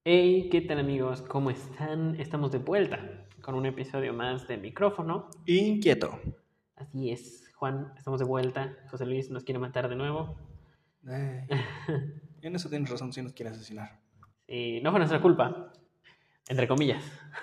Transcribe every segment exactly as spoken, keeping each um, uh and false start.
Hey, ¿qué tal amigos? ¿Cómo están? Estamos de vuelta con un episodio más de Micrófono. Inquieto. Así es, Juan, estamos de vuelta. José Luis nos quiere matar de nuevo. Ay, en eso tienes razón si nos quiere asesinar. Y no fue nuestra culpa, entre comillas.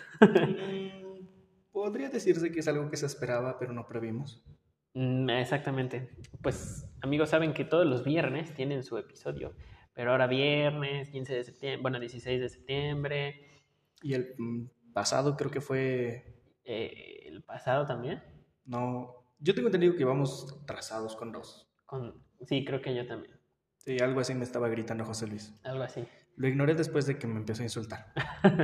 Mm, podría decirse que es algo que se esperaba, pero no previmos. Mm, Exactamente. Pues amigos, saben que todos los viernes tienen su episodio. Pero ahora viernes, quince de septiembre, bueno, dieciséis de septiembre. Y el mm, pasado creo que fue... eh, el pasado también. No, yo tengo entendido que vamos trazados con dos. Con, sí, creo que yo también. Sí, algo así me estaba gritando José Luis. Algo así. Lo ignoré después de que me empezó a insultar.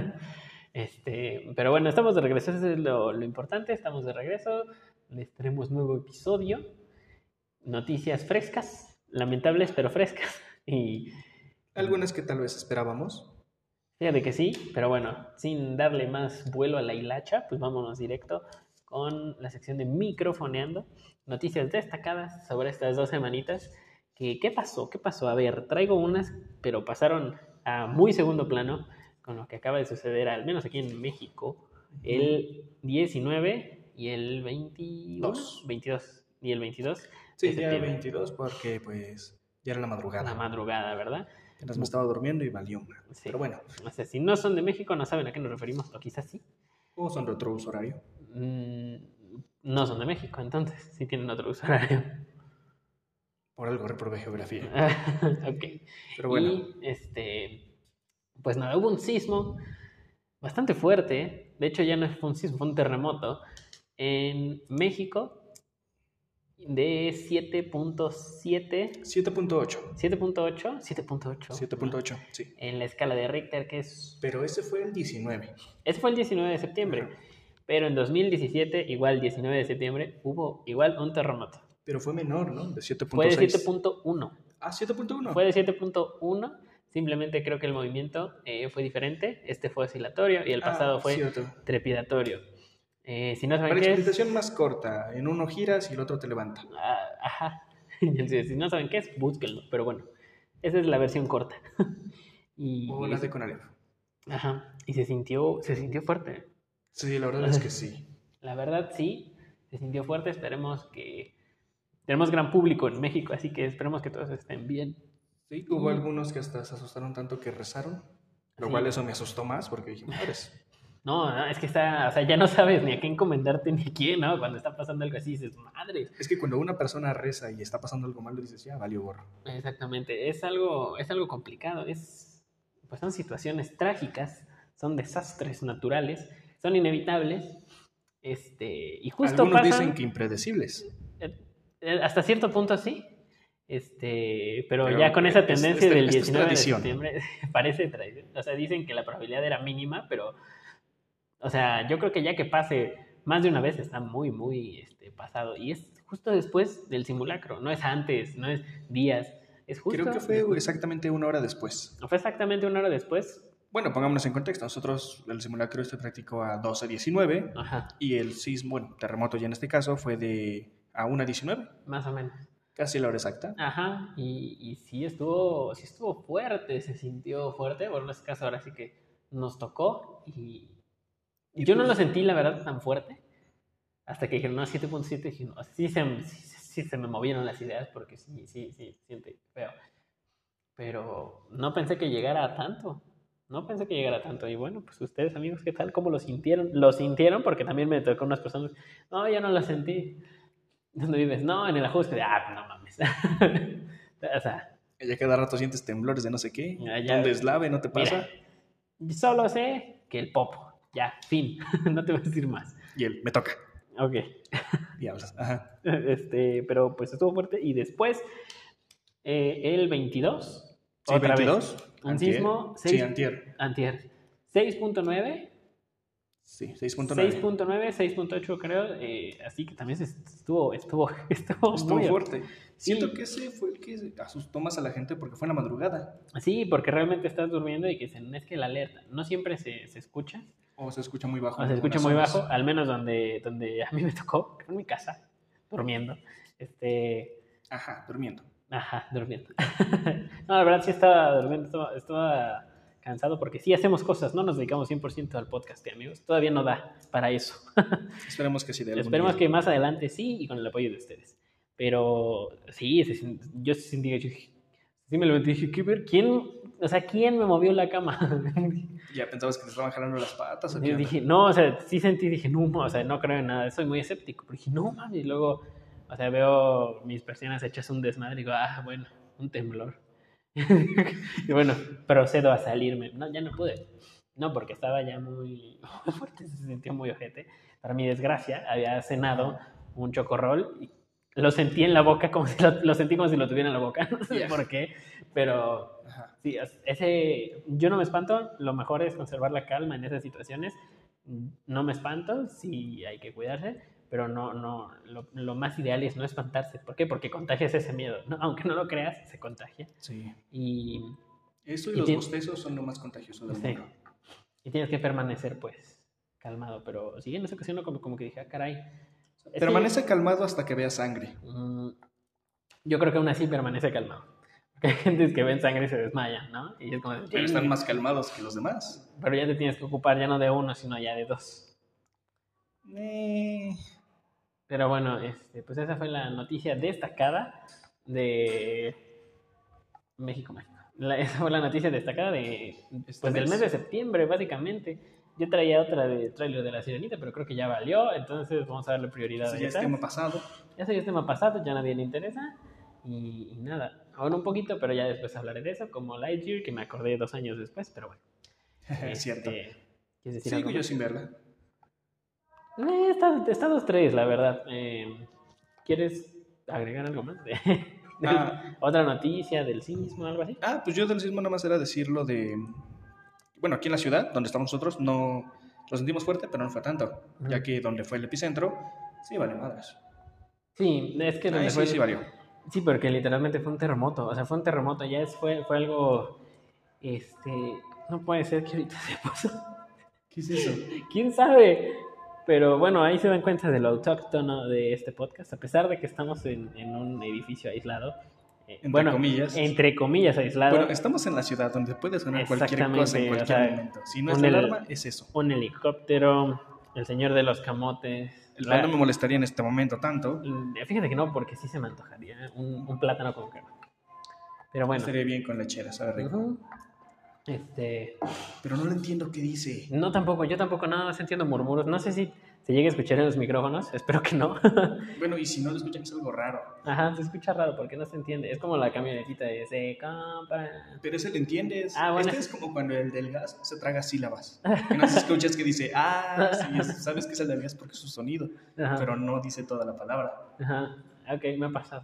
Este, pero bueno, estamos de regreso, eso es lo, lo importante, estamos de regreso, les tenemos nuevo episodio, noticias frescas, lamentables pero frescas, y Algunas que tal vez esperábamos. fíjate que sí, pero bueno, sin darle más vuelo a la hilacha, pues vámonos directo con la sección de microfoneando, noticias destacadas sobre estas dos semanitas. Que, ¿Qué pasó? ¿Qué pasó? A ver, traigo unas, pero pasaron a muy segundo plano con lo que acaba de suceder, al menos aquí en México, el diecinueve y el veintiuno, Dos. veintidós y el veintidós de Sí, ya septiembre. veintidós porque pues ya era la La madrugada. madrugada, ¿verdad? Apenas me estaba durmiendo y valió una. Sí. Pero bueno, O sea, si no son de México, no saben a qué nos referimos, o quizás sí. o son retrouso horario. Mm, no son de México, entonces sí tienen otro uso horario. Por algo reprobé geografía. Ok. Pero bueno. Y este, pues nada, hubo un sismo bastante fuerte. De hecho, ya no fue un sismo, fue un terremoto en México de siete punto siete. siete punto ocho. siete punto ocho. siete punto ocho. siete punto ocho, sí. En la escala de Richter, que es. Pero ese fue el diecinueve. Ese fue el diecinueve de septiembre. Ajá. Pero en dos mil diecisiete, igual diecinueve de septiembre, hubo igual un terremoto. Pero fue menor, ¿no? De siete punto Fue de seis. siete punto uno. Ah, siete punto uno. Fue de siete punto uno. Simplemente creo que el movimiento eh, fue diferente. Este fue oscilatorio y el pasado Ah, fue cierto. trepidatorio. Eh, si no saben Para qué explicación es. más corta, en uno giras y el otro te levanta. Ah, ajá. Si no saben qué es, búsquenlo. Pero bueno, esa es la versión corta. y, O las de Conalep. Ajá. Y se sintió, se sintió fuerte. Sí, la verdad es que sí. La verdad sí, se sintió fuerte. Esperemos que... Tenemos gran público en México, así que esperemos que todos estén bien. Sí, hubo algunos que hasta se asustaron tanto que rezaron. Lo Sí. cual eso me asustó más porque dije, madres. No, no, es que está, o sea, ya no sabes ni a qué encomendarte ni a quién, ¿no? Cuando está pasando algo así dices, madre. Es que cuando una persona reza y está pasando algo malo, dices, ya, valió gorro. Exactamente, es algo, es algo complicado, es, pues son situaciones trágicas, son desastres naturales, son inevitables, este, y justo Algunos pasan, dicen que impredecibles. eh, eh, hasta cierto punto sí, este, pero, Pero ya con esa es- tendencia es- del esto es diecinueve de tradición. septiembre parece tradición, o sea, dicen que la probabilidad era mínima, pero, o sea, yo creo que ya que pase más de una vez está muy, muy este, pasado, y es justo después del simulacro, no es antes, no es días, es justo Creo que fue después. exactamente una hora después. Fue exactamente una hora después. Bueno, pongámonos en contexto. Nosotros, el simulacro este practicó a doce diecinueve Ajá, y el sismo, bueno, terremoto ya en este caso, fue de a una diecinueve, más o menos. casi la hora exacta. Ajá, y, y sí estuvo, sí estuvo fuerte, se sintió fuerte. Bueno, en este caso ahora sí que nos tocó y Y yo no pues- lo sentí, la verdad, tan fuerte. Hasta que dijeron, no, siete punto siete, dije, no, sí se, sí, sí se me movieron las ideas porque sí, sí, sí, siente feo. Pero no pensé que llegara a tanto. No pensé que llegara a tanto. Y bueno, pues ustedes, amigos, ¿qué tal? ¿Cómo lo sintieron? Lo sintieron porque también me tocó unas personas. No, yo no lo sentí. ¿Dónde vives? No, en el ajuste. Ah, no mames. O sea, Ya cada rato sientes temblores de no sé qué. Ya, ya. ¿Dónde es lave? ¿No te pasa? mira, solo sé que el popo. Ya, fin. No te voy a decir más. Y él, me toca. Ok. Diablos. Ajá. Este, pero pues estuvo fuerte. Y después, eh, el veintidós. Sí, Otra veintidós. vez. Un Antier. sismo. Sí, seis, antier. Antier. seis punto nueve. Sí, seis punto nueve. seis punto nueve, seis punto ocho creo, eh, así que también se estuvo, estuvo, estuvo, Estuvo muy fuerte. Sí. Siento que ese fue el que asustó más a la gente porque fue en la madrugada. Sí, porque realmente estás durmiendo y que dicen, es que la alerta no siempre se, se escucha. O se escucha muy bajo. O se escucha muy bajo, al menos donde, donde a mí me tocó, que fue en mi casa, durmiendo. Este... Ajá, durmiendo. Ajá, durmiendo. No, la verdad sí estaba durmiendo, estaba, estaba cansado, porque sí hacemos cosas, no nos dedicamos cien por ciento al podcast, ¿eh, amigos? Todavía no da para eso. Esperemos que sí de algún Esperemos día. que más adelante sí, y con el apoyo de ustedes. Pero sí, se, yo sentí, yo dije, sí me levanté y dije, ¿qué ver? ¿Quién, o sea, quién me movió la cama? ¿Ya pensabas que te estaban jalando las patas o Yo qué onda? dije, no, o sea, sí sentí, dije, no, o sea, no creo en nada, soy muy escéptico, pero dije, no, mames, y luego, o sea, veo mis persianas hechas un desmadre y digo, ah, bueno, un temblor. Y bueno, procedo a salirme. No, ya no pude. No, porque estaba ya muy, muy fuerte, se sintió muy ojete. Para mi desgracia, había cenado un chocorrol y lo sentí en la boca, como si lo, lo sentí como si lo tuviera en la boca, no sé Yeah. por qué, pero Ajá. sí, ese, yo no me espanto, lo mejor es conservar la calma en esas situaciones. No me espanto, sí hay que cuidarse, pero no, no, lo, lo más ideal es no espantarse. ¿Por qué? Porque contagias ese miedo, ¿no? Aunque no lo creas, se contagia. Sí. Y, Eso y, y los ti- bostezos son lo más contagioso del sí, mundo. y tienes que permanecer, pues, calmado. Pero sí, en esa ocasión como, como que dije, ah, caray. Es Permanece que, calmado hasta que veas sangre. mm, yo creo que aún así permanece calmado. Porque hay gente que ven sangre y se desmaya, ¿no? Y es como, de, Pero están más calmados que los demás. pero ya te tienes que ocupar ya no de uno, sino ya de dos. Eh, Pero bueno, este, pues esa fue la noticia destacada de México, México. La- esa fue la noticia destacada de, Este pues, del mes. mes de septiembre, básicamente. Yo traía otra de tráiler de La Sirenita, pero creo que ya valió, entonces vamos a darle prioridad Eso a ya es esa. tema pasado. Ese ya es tema pasado, ya a nadie le interesa. Y, y nada, ahora un poquito, pero ya después hablaré de eso, como Lightyear, que me acordé dos años después, pero bueno. Es cierto. Este, ¿quieres decir Sigo algo yo más? sin verla. Eh, está, está dos tres, la verdad. Eh, ¿Quieres agregar algo más? De, de Ah. otra noticia del sismo, algo así. Ah, pues yo del sismo nada más era decirlo de... Bueno, aquí en la ciudad, donde estamos nosotros, no lo sentimos fuerte, pero no fue tanto. Ujú. Ya que donde fue el epicentro, sí vale madres. Sí, es que donde Ahí fue. sí, sí valió. Sí, porque literalmente fue un terremoto. O sea, fue un terremoto. Ya es, fue, fue algo. Este. No puede ser que ahorita se pasó. ¿Qué es eso? ¿Quién sabe? Pero bueno, ahí se dan cuenta de lo autóctono de este podcast. A pesar de que estamos en, en un edificio aislado. eh, Entre bueno, comillas. Entre comillas aislado. Bueno, estamos en la ciudad donde puede sonar cualquier Exactamente, cosa en o cualquier sea, momento. Si no es un la hel- alarma, es eso. Un helicóptero, el señor de los camotes. El la- cual no me molestaría en este momento tanto. Fíjate que no, porque sí se me antojaría ¿eh? un, un plátano con crema. Pero bueno. Estaría bien con lechera, sabe rico. Ujú. Este. Pero no lo entiendo qué dice. No, tampoco, yo tampoco nada más entiendo murmuros. No sé si se llega a escuchar en los micrófonos, espero que no. Bueno, y si no lo escuchan es algo raro. Ajá, se escucha raro porque no se entiende. Es como la camionetita de se compra. Pero ese lo entiendes. Ah, bueno. Este es como cuando el del gas se traga sílabas. Que no se escuchas que dice, ah, sí, es- sabes que es el del gas porque es su sonido. Ajá. Pero no dice toda la palabra. Ajá, ok, me ha pasado.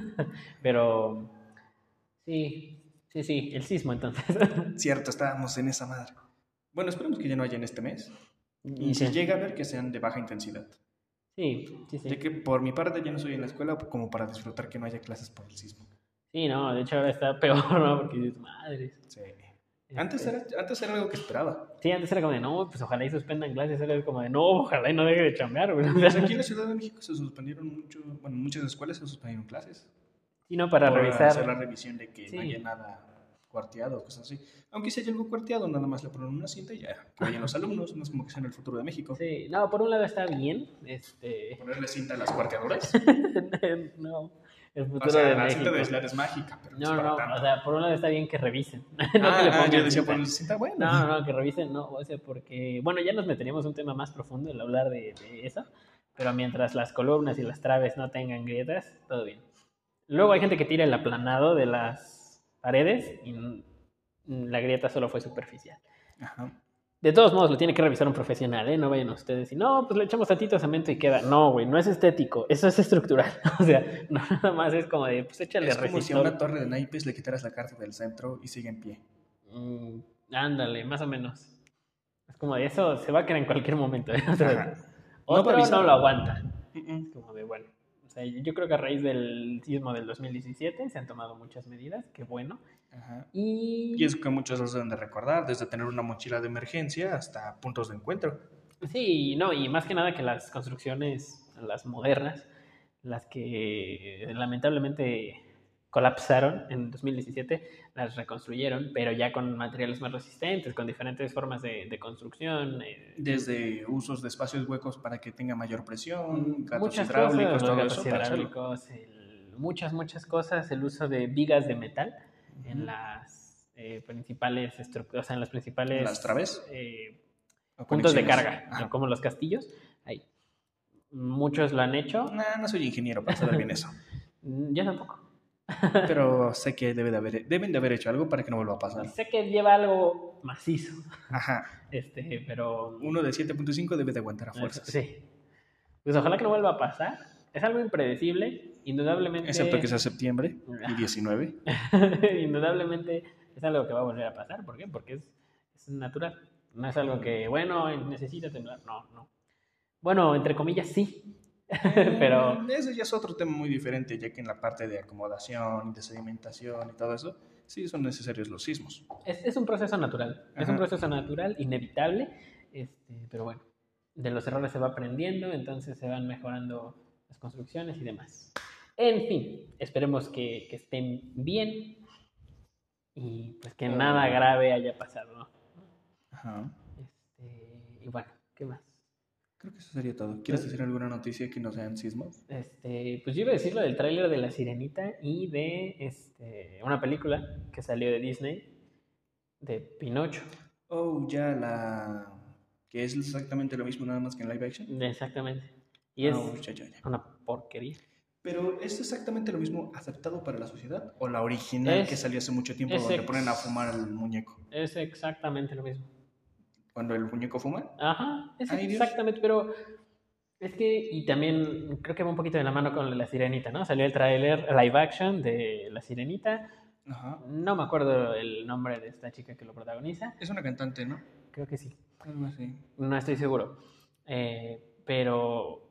Pero sí, sí, sí, el sismo entonces. Cierto, estábamos en esa madre. Bueno, esperemos que ya no haya en este mes. Y si Sí, llega a ver que sean de baja intensidad. sí, sí, Ya sí. que por mi parte ya no estoy en la escuela como para disfrutar que no haya clases por el sismo. Sí, no, de hecho ahora está peor, ¿no? Porque dices, madres. Sí. Antes era, antes era algo que esperaba. Sí, antes era como de, no, pues ojalá y suspendan clases. Ahora es como de, no, ojalá y no deje de chambear, güey. O Pues sea, aquí en la Ciudad de México se suspendieron mucho, bueno, muchas escuelas se suspendieron clases. sí, no, para Por revisar. hacer la revisión de que Sí. no haya nada cuarteado o cosas así. Aunque si hay algo cuarteado, nada más le ponen una cinta y ya, que vayan los alumnos, no es como que sea en el futuro de México. Sí, no, por un lado está bien, este... Ponerle cinta a las cuarteadoras. no, el O futuro sea, de la México. cinta de aislar es mágica, pero no, No, es no, para no, tanto. o sea, por un lado está bien que revisen. no ah, que le ah, pongan yo decía cinta. ponerle cinta, bueno. No, no, que revisen, no, o sea, porque, bueno, ya nos meteríamos un tema más profundo el hablar de, de eso, pero mientras las columnas y las traves no tengan grietas, todo bien. Luego hay gente que tira el aplanado de las paredes y mm, la grieta solo fue superficial. Ajá. De todos modos, lo tiene que revisar un profesional, ¿eh? No vayan ustedes y no, pues le echamos tantito cemento y queda. No, güey, no es estético, eso es estructural. O sea, no, nada más es como de, pues échale Es como si a resistor. una torre de naipes le quitaras la carta del centro y sigue en pie. Mm, ándale, más o menos. Es como de eso, se va a caer en cualquier momento. ¿eh? O sea, Ajá. otro No va a avisar. no lo aguanta. Mm-mm. Es como de, bueno. O sea, yo creo que a raíz del sismo del dos mil diecisiete se han tomado muchas medidas, qué bueno. Ajá. Y, Y es que muchos los deben de recordar, desde tener una mochila de emergencia hasta puntos de encuentro. sí, no, y más que nada que las construcciones, las modernas, las que lamentablemente colapsaron en dos mil diecisiete, las reconstruyeron, pero ya con materiales más resistentes, con diferentes formas de, de construcción. Eh, Desde usos de espacios huecos para que tenga mayor presión, gatos muchas hidráulicos, cosas, los todo gatos eso para hacerlo. hidráulicos, el- muchas, muchas cosas, el uso de vigas de metal en Ujú. las eh, principales estructuras, o sea, en las principales ¿En las traves? eh, ¿O puntos de conexiones? carga, Ajá. como los castillos. Ahí. Muchos lo han hecho. Nah, no soy ingeniero para saber bien eso. Yo tampoco. Pero sé que debe de haber, deben de haber hecho algo para que no vuelva a pasar. Sé que lleva algo macizo, Ajá. este, pero... Uno de siete punto cinco debe de aguantar a fuerzas. Sí. Pues ojalá que no vuelva a pasar. Es algo impredecible, indudablemente. Excepto que sea septiembre y diecinueve. Indudablemente es algo que va a volver a pasar. ¿Por qué? Porque es, es natural. No es algo que, bueno, necesita temblar. No, no. Bueno, entre comillas, sí. Pero... Eso ya es otro tema muy diferente, ya que en la parte de acomodación y de sedimentación y todo eso, sí son necesarios los sismos. Es, es un proceso natural. Ajá. Es un proceso natural, inevitable. Este, pero bueno, de los errores se va aprendiendo, entonces se van mejorando las construcciones y demás. En fin, esperemos que, que estén bien y pues que Oh. nada grave haya pasado, ¿no? Ajá. Este, y bueno, ¿qué más? Creo que eso sería todo. ¿Quieres decir alguna noticia que no sean sismos? Este, pues yo iba a decir lo del tráiler de La Sirenita y de este, una película que salió de Disney, de Pinocho. Oh, ya la... que es exactamente lo mismo, nada más que en live action. Exactamente. Y es Oh, ya, ya, ya. una porquería. Pero ¿es exactamente lo mismo aceptado para la sociedad? ¿O la original Es- que salió hace mucho tiempo es donde ex- ponen a fumar al muñeco? Es exactamente lo mismo. Cuando el muñeco fuma. Ajá, es Ay, Dios. exactamente, pero es que, y también creo que va un poquito de la mano con La Sirenita, ¿no? Salió el tráiler live action de La Sirenita. Ajá. No me acuerdo el nombre de esta chica que lo protagoniza. Es una cantante, ¿no? Creo que sí. Algo así. No estoy seguro. Eh, pero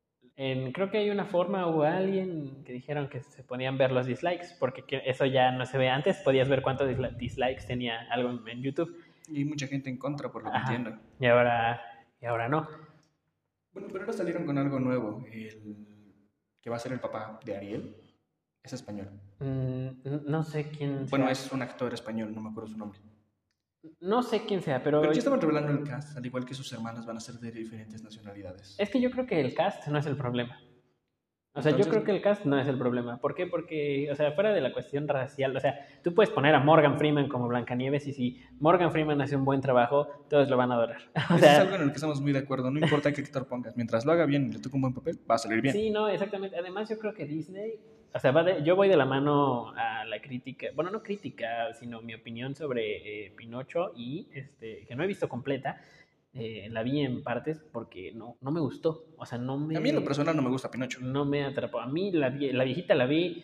en- creo que hay una forma o alguien que dijeron que se podían ver los dislikes, porque que- eso ya no se ve. Antes podías ver cuántos disla- dislikes tenía algo en, en YouTube. Y hay mucha gente en contra, por lo que Ajá. entiendo. Y ahora, y ahora no. Bueno, pero ahora salieron con algo nuevo. El que va a ser el papá de Ariel. Es español. Mm, no sé quién Bueno, sea. es un actor español, no me acuerdo su nombre. No sé quién sea, pero, Pero ya estaban revelando el cast, al igual que sus hermanas van a ser de diferentes nacionalidades. es que yo creo que el cast no es el problema. O sea, Entonces- yo creo que el cast no es el problema. ¿Por qué? Porque, o sea, fuera de la cuestión racial, o sea, tú puedes poner a Morgan Freeman como Blancanieves y si Morgan Freeman hace un buen trabajo, todos lo van a adorar. O Eso sea, es algo en el que estamos muy de acuerdo. No importa qué actor pongas, mientras lo haga bien y le toque un buen papel, va a salir bien. sí, no, exactamente. Además, yo creo que Disney, o sea, va de- yo voy de la mano a la crítica, bueno, no crítica, sino mi opinión sobre eh, Pinocho y este, que no he visto completa. Eh, la vi en partes porque no, no me gustó. O sea, no me. A mí en lo personal no me gusta Pinocho. No me atrapó. A mí la, vie- la viejita la vi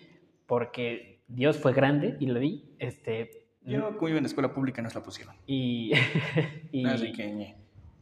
porque Dios fue grande y la vi. Este, Yo, como iba en escuela pública, nos la pusieron. y, y, Así que, ñe.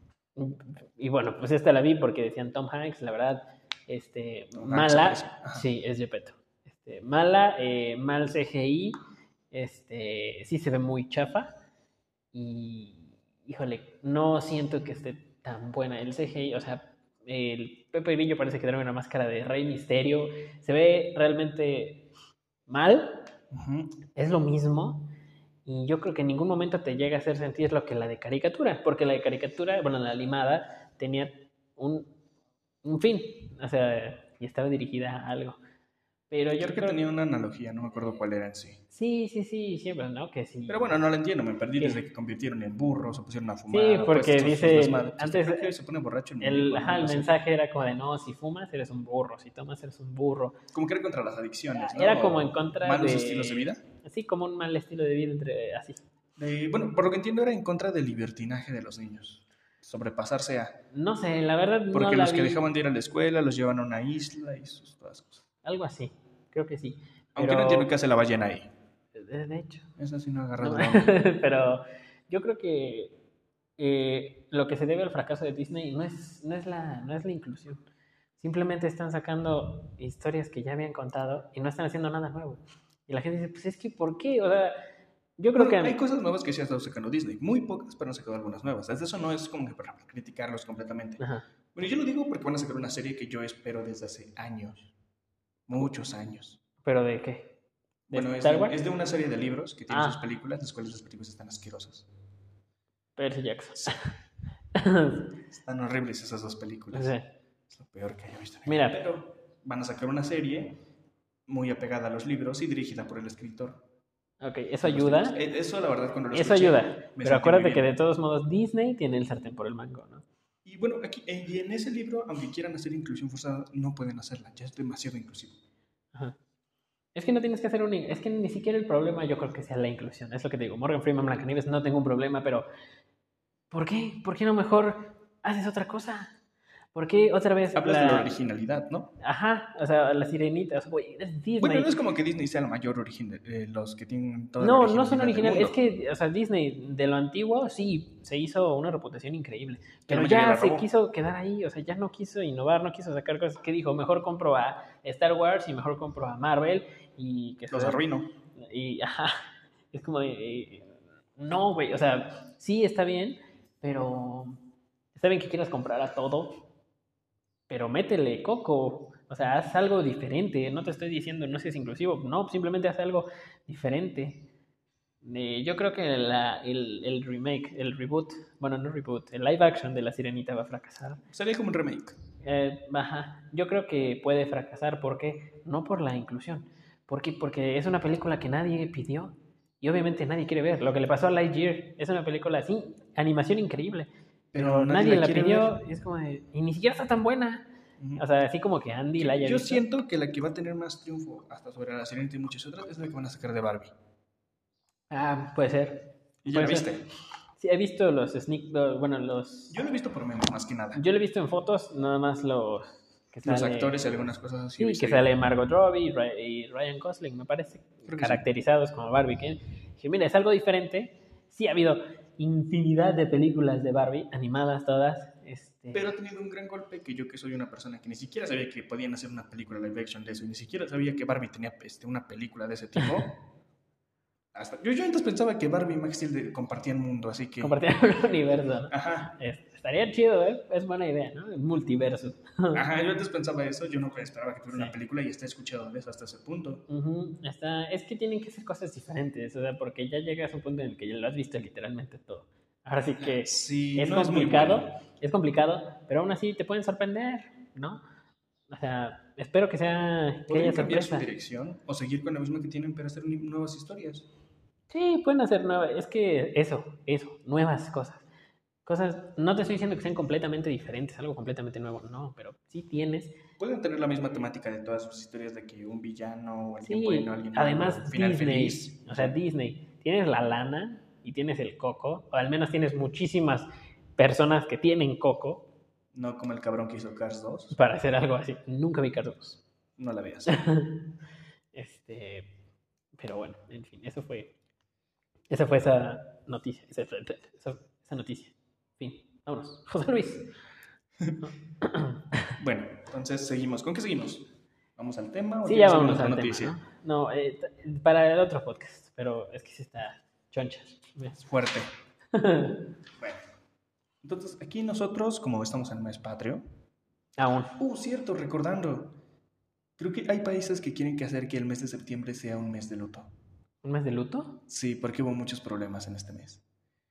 y bueno, pues esta la vi porque decían Tom Hanks, la verdad, este, Tom Hanks mala. aparece. Ajá. Sí, es Gepetto. Este, mala, eh, mal C G I, este, sí se ve muy chafa y, híjole, no siento que esté tan buena. El C G I, o sea, el Pepe Grillo parece que trae una máscara de Rey Misterio, se ve realmente mal, Ujú. es lo mismo. Y yo creo que en ningún momento te llega a hacer sentir lo que la de caricatura, porque la de caricatura, bueno, la animada, tenía un, un fin, o sea, y estaba dirigida a algo. Pero yo Creo que creo tenía una analogía, no me acuerdo cuál era en sí. Sí, sí, sí, siempre, ¿no? Que sí. Pero bueno, no lo entiendo, me perdí ¿Qué? desde que convirtieron en burros, se pusieron a fumar. Sí, o porque pues, estos- dice, sus desmadres. Hasta antes- creo que se pone borracho el El, muñeco, ajá, el no sé. mensaje era como de, no, si fumas eres un burro, si tomas eres un burro. Como que era contra las adicciones, ¿no? Era como en contra Malos de... estilos de vida. Sí, como un mal estilo de vida, entre así. De- bueno, por lo que entiendo era en contra del libertinaje de los niños. Sobrepasarse a... No sé, la verdad Porque no la los que vi. dejaban de ir a la escuela los llevan a una isla y sus todas cosas. Algo así, creo que sí. Aunque Pero- no entiendo qué hace la ballena ahí. De, de hecho. Esa sí no agarra No, de onda. pero yo creo que eh, lo que se debe al fracaso de Disney no es, no, es la, no es la inclusión. Simplemente están sacando historias que ya habían contado y no están haciendo nada nuevo. Y la gente dice, pues es que, ¿por qué? O sea, yo creo Bueno, que... hay cosas nuevas que sí ha estado sacando Disney. Muy pocas, pero han sacado algunas nuevas. Desde eso no es como que para criticarlos completamente. Ajá. Bueno, yo lo digo porque van a sacar una serie que yo espero desde hace años. Muchos años. ¿Pero de qué? ¿De Bueno, es Star de, Wars? es de una serie de libros que tiene Ah. sus películas, las cuales las películas están asquerosas. Percy Jackson. Sí. Están horribles esas dos películas. Sí. Es lo peor que haya visto en mi Mira. vida. Pero van a sacar una serie muy apegada a los libros y dirigida por el escritor. Ok, eso de los ayuda. libros. Eh, Eso, la verdad, cuando lo Eso escuché, ayuda. me Pero sentí muy acuérdate que bien. de todos modos Disney tiene el sartén por el mango, ¿no? Y bueno, aquí, eh, y en ese libro, aunque quieran hacer inclusión forzada, no pueden hacerla. Ya es demasiado inclusivo. Ajá. Es que no tienes que hacer un... Es que ni siquiera el problema yo creo que sea la inclusión. Es lo que te digo. Morgan Freeman, Blancanieves, no tengo un problema, pero... ¿Por qué? ¿Por qué no mejor haces otra cosa? ¿Por qué otra vez Hablas la... de la originalidad, ¿no? Ajá, o sea, la sirenita, o sea, güey, es Disney. Bueno, no es como que Disney sea el mayor origen de eh, los que tienen toda la No, originalidad no son del originales. Es mundo. que, o sea, Disney de lo antiguo sí se hizo una reputación increíble. Pero mayoría ya la se robó. quiso quedar ahí. O sea, ya no quiso innovar, no quiso sacar cosas. ¿Qué dijo? Mejor compro a Star Wars y mejor compro a Marvel. Y que Los se- arruino. Y, ajá. Es como de. eh, no, güey. O sea, sí está bien, pero. Está bien que quieras comprar a todo. Pero métele coco. O sea, haz algo diferente. No te estoy diciendo no seas inclusivo. No, simplemente haz algo diferente. Eh, yo creo que la- el, el remake, el reboot, bueno, no reboot, el live action de La Sirenita va a fracasar. Sería como un remake. Eh, ajá, yo creo que puede fracasar. ¿Por qué? No por la inclusión. ¿Por qué? Porque es una película que nadie pidió y obviamente nadie quiere ver. Lo que le pasó a Lightyear es una película así, animación increíble, pero, Pero nadie nadie la la quiere pidió. ver. Y es como de, y ni siquiera está tan buena. Ujú. O sea, así como que Andy la haya Yo visto. siento que la que va a tener más triunfo hasta sobre la Sirenita y muchas otras es la que van a sacar de Barbie. Ah, puede ser. ¿Y ya la Puede ser. viste? Sí, he visto los sneak, los- bueno, los... Yo lo he visto por memes, más que nada. Yo lo he visto en fotos, nada más los que Los sale- actores y algunas cosas así. he Sí, visto que yo. sale Margot Robbie y Ry- y Ryan Gosling, me parece, Creo que caracterizados como Barbie. Que dije, mira, es algo diferente. Sí ha habido infinidad de películas de Barbie, animadas todas. Este... Pero ha tenido un gran golpe que yo, que soy una persona que ni siquiera sabía que podían hacer una película live action de eso, y ni siquiera sabía que Barbie tenía este, una película de ese tipo. Hasta, yo, yo antes pensaba que Barbie y Max Steel compartían mundo, así que... Compartir el universo, ¿no? Ajá, Es- estaría chido, ¿eh? Es buena idea, ¿no? El multiverso. ajá, yo antes pensaba eso, yo no esperaba que tuviera Sí. una película y está escuchado de eso hasta ese punto. Ujú, está, es que tienen que ser cosas diferentes, o sea, porque ya llegas a un punto en el que ya lo has visto literalmente todo. Ahora sí que Sí, es no es muy complicado, bueno. es complicado, pero aún así te pueden sorprender, ¿no? O sea, espero que sea que Podrían haya cambiar su sorpresa. dirección o seguir con la misma que tienen, pero hacer ni- nuevas historias. Sí, pueden hacer nuevas, es que eso, eso, nuevas cosas. Cosas, no te estoy diciendo que sean completamente diferentes, algo completamente nuevo, no, pero sí tienes. Pueden tener la misma temática de todas sus historias de que un villano, alguien Sí, bueno, alguien malo, además un final Disney, feliz. o sea, Disney, tienes la lana y tienes el coco, o al menos tienes muchísimas personas que tienen coco No como el cabrón que hizo Cars dos. para hacer algo así. Nunca vi Carlos. No la veas. Este, pero bueno, en fin, eso fue, esa fue esa noticia, esa, esa, esa noticia. Fin, vámonos. José Luis. Bueno, entonces seguimos. ¿Con qué seguimos? ¿Vamos al tema o Sí, tienes ya alguna vámonos otra al noticia? tema, ¿no? No, eh, t- para el otro podcast, pero es que sí está choncha. Es fuerte. Bueno, entonces aquí nosotros, como estamos en el mes patrio... Aún. Uh, cierto, recordando. Creo que hay países que quieren que hacer que el mes de septiembre sea un mes de luto. ¿Un mes de luto? Sí, porque hubo muchos problemas en este mes.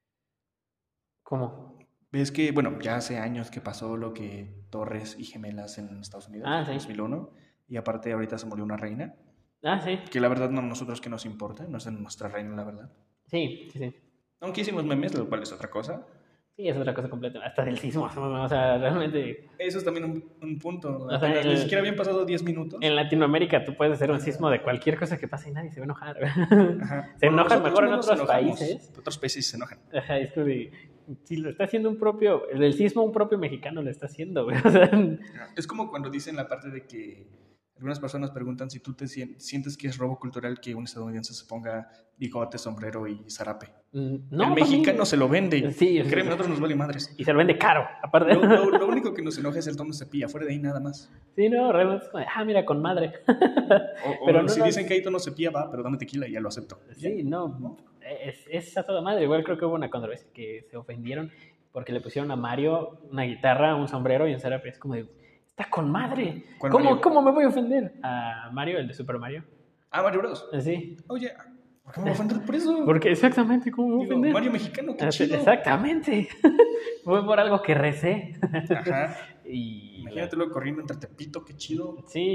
¿Cómo? Ves que, bueno, ya hace años que pasó lo que Torres y Gemelas en Estados Unidos, Ah, en sí. dos mil uno, y aparte ahorita se murió una reina, Ah, sí. que la verdad no a nosotros que nos importa, no es nuestra reina la verdad. Sí, sí, sí. Aunque hicimos memes, lo cual es otra cosa. Sí, es otra cosa completa. Hasta del sismo. O sea, realmente. Eso es también un, un punto. sea, Apenas el- ni siquiera habían pasado diez minutos. En Latinoamérica tú puedes hacer un sismo de cualquier cosa que pase y nadie se va a enojar. Ajá. Se Bueno, enojan nosotros mejor en no nos otros enojamos, países. Otros países se enojan. Ajá, es como de, si lo está haciendo un propio, el del sismo un propio mexicano lo está haciendo, güey. O sea, Es como cuando dicen la parte de que algunas personas preguntan si tú te sien- sientes que es robo cultural que un estadounidense se ponga bigote, sombrero y zarape. mm, no, El para mexicano mí- se lo vende. Sí, sí, Créeme, sí. nosotros nos vale madres. Y se lo vende caro, aparte. Lo, lo- lo único que nos enoja es el tono cepilla, fuera de ahí nada más. Sí, no, realmente es como, de, ah, mira, con madre. O, o Pero no si nos- dicen que hay tono cepilla, va, pero dame tequila y ya lo acepto. Sí, no, es, es a toda madre. Igual creo que hubo una controversia que se ofendieron porque le pusieron a Mario una guitarra, un sombrero y un zarape. Es como de, está con madre. ¿Cuál ¿Cómo, Mario? ¿Cómo me voy a ofender? A Mario, el de Super Mario. Ah, Mario Bros. Sí. Oye, ¿por qué me voy a ofender por eso? Porque exactamente, ¿cómo me voy a Digo, ofender? Mario mexicano, qué Ah, chido. Exactamente. Fue por algo que recé. Ajá. Y Imagínatelo corriendo entre Tepito, qué chido. sí,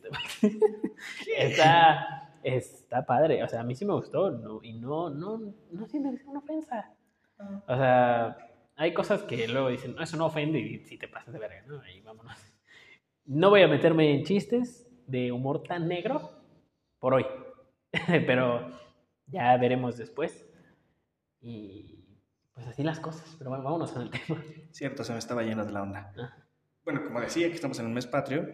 está, está padre. O sea, a mí sí me gustó. No, y no, no, no siento que sea una ofensa. Ah, O sea, hay cosas que luego dicen, no, eso no ofende y si te pasas de verga, ¿no? Ahí vámonos. No voy a meterme en chistes de humor tan negro por hoy. Pero ya veremos después. Y pues así las cosas. Pero bueno, vámonos con el tema. Cierto, se me estaba yendo de la onda. Ah, Bueno, como decía que estamos en el mes patrio.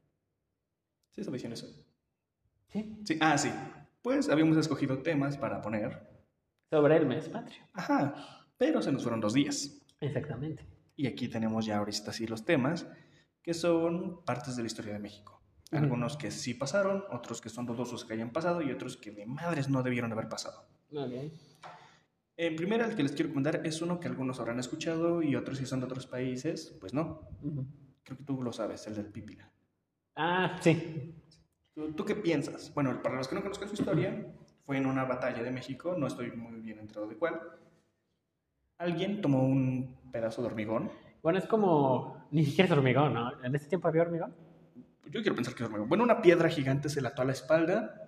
¿Sí estaba diciendo eso? sí, Sí, ah, sí. Pues habíamos escogido temas para poner. sobre el mes patrio. Ajá, pero se nos fueron dos días. Exactamente. Y aquí tenemos ya ahorita sí los temas, que son partes de la historia de México. Algunos que sí pasaron, otros que son dudosos que hayan pasado y otros que de madres no debieron haber pasado. Ok. En primera, el que les quiero comentar es uno que algunos habrán escuchado y otros si son de otros países, pues no. Ujú. Creo que tú lo sabes, el del Pípila. Ah, sí. ¿Tú, tú qué piensas? Bueno, para los que no conozcan su historia, fue en una batalla de México, no estoy muy bien enterado de cuál. Alguien tomó un pedazo de hormigón. Bueno, es como. Ni siquiera es hormigón, ¿no? ¿En ese tiempo había hormigón? Yo quiero pensar que es hormigón. Bueno, una piedra gigante se le ató a la espalda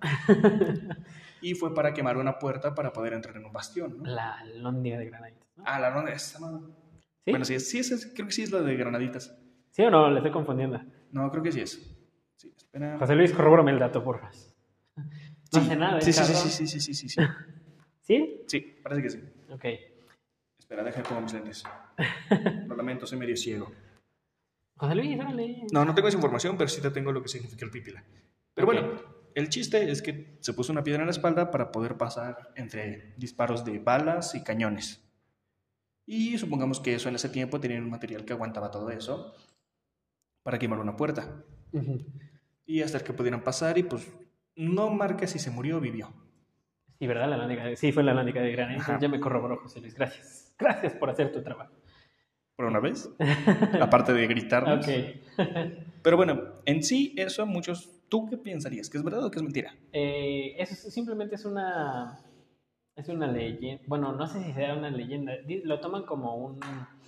y fue para quemar una puerta para poder entrar en un bastión, ¿no? La lóndiga de granaditas, ¿no? Ah, la ronda esa, ¿no? ¿Sí? Bueno, sí, es, sí es, creo que sí es la de Granaditas. ¿Sí o no? Le estoy confundiendo. No, creo que sí es. Sí, espera. José Luis, corrobórame el dato, porfa. No Sí, sé nada, sí, ¿eh, sí, sí, cabrón? sí, sí, sí, sí, sí. ¿Sí? Sí, parece que sí. Ok. Espera, déjame pongo mis lentes. Lo lamento, soy medio ciego. José Luis, dale. No, no tengo esa información, pero sí te tengo lo que significa el pípila. Pero Ok. bueno, el chiste es que se puso una piedra en la espalda para poder pasar entre disparos de balas y cañones. Y supongamos que eso en ese tiempo tenía un material que aguantaba todo eso para quemar una puerta. Ujú. Y hasta que pudieran pasar y pues no marca si se murió o vivió. Sí, ¿verdad? La lóndiga de... Sí, fue la lóndiga de granitos. Ajá. Ya me corroboró, José Luis. Gracias. Gracias por hacer tu trabajo. Por una vez, aparte de gritarnos. Ok. Pero bueno, en sí eso muchos... ¿Tú qué pensarías? ¿Que es verdad o que es mentira? Eh, eso es- simplemente es una... Es una leyenda. Bueno, no sé si sea una leyenda. Di- Lo toman como un...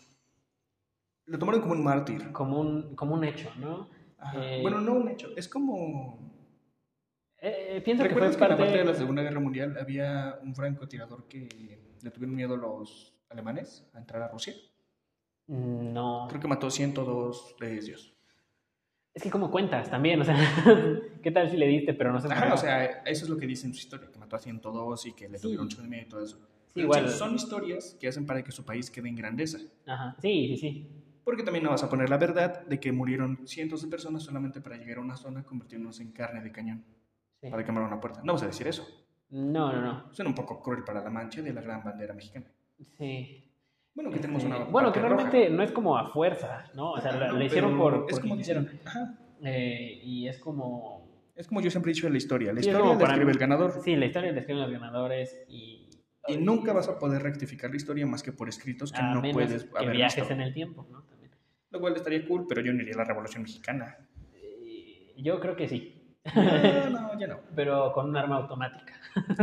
Lo tomaron como un mártir. Como un, como un hecho, ¿no? Ajá. Eh, Bueno, no un hecho, es como... eh, eh, pienso que fue ¿Recuerdas que en la parte... parte de la Segunda Guerra Mundial había un francotirador que le tuvieron miedo a los alemanes a entrar a Rusia? No. Creo que mató ciento dos de ellos. Es que como cuentas también, o sea, ¿qué tal si le diste pero no se murió? Ajá, o sea, eso es lo que dice en su historia, que mató a ciento dos y que le Sí. tuvieron mucho miedo y todo eso. Sí, Pero igual. sí, son historias que hacen para que su país quede en grandeza. Ajá, sí, sí, sí. Porque también no vas a poner la verdad de que murieron cientos de personas solamente para llegar a una zona convirtiéndose en carne de cañón Sí. para quemar una puerta. No vas a decir eso. No, no, no. Suena un poco cruel para la mancha de la gran bandera mexicana. Sí. Bueno, que Este, tenemos una bueno, que parte realmente roja. no es como a fuerza, ¿no? O sea, Ajá, la, no, la hicieron pero por, es porque como quisieron. dicen. Ajá. Eh, y es como... Es como yo siempre he dicho de la historia. La Sí, es historia como la para escribe mí- el ganador. Sí, la historia la escriben los ganadores y... Y nunca vas a poder rectificar la historia más que por escritos que A no menos puedes que haber viajes visto. en el tiempo, ¿no? También. Lo cual estaría cool, pero yo no iría a la Revolución Mexicana. Eh, yo creo que sí. No, no, ya no. Pero con un arma automática.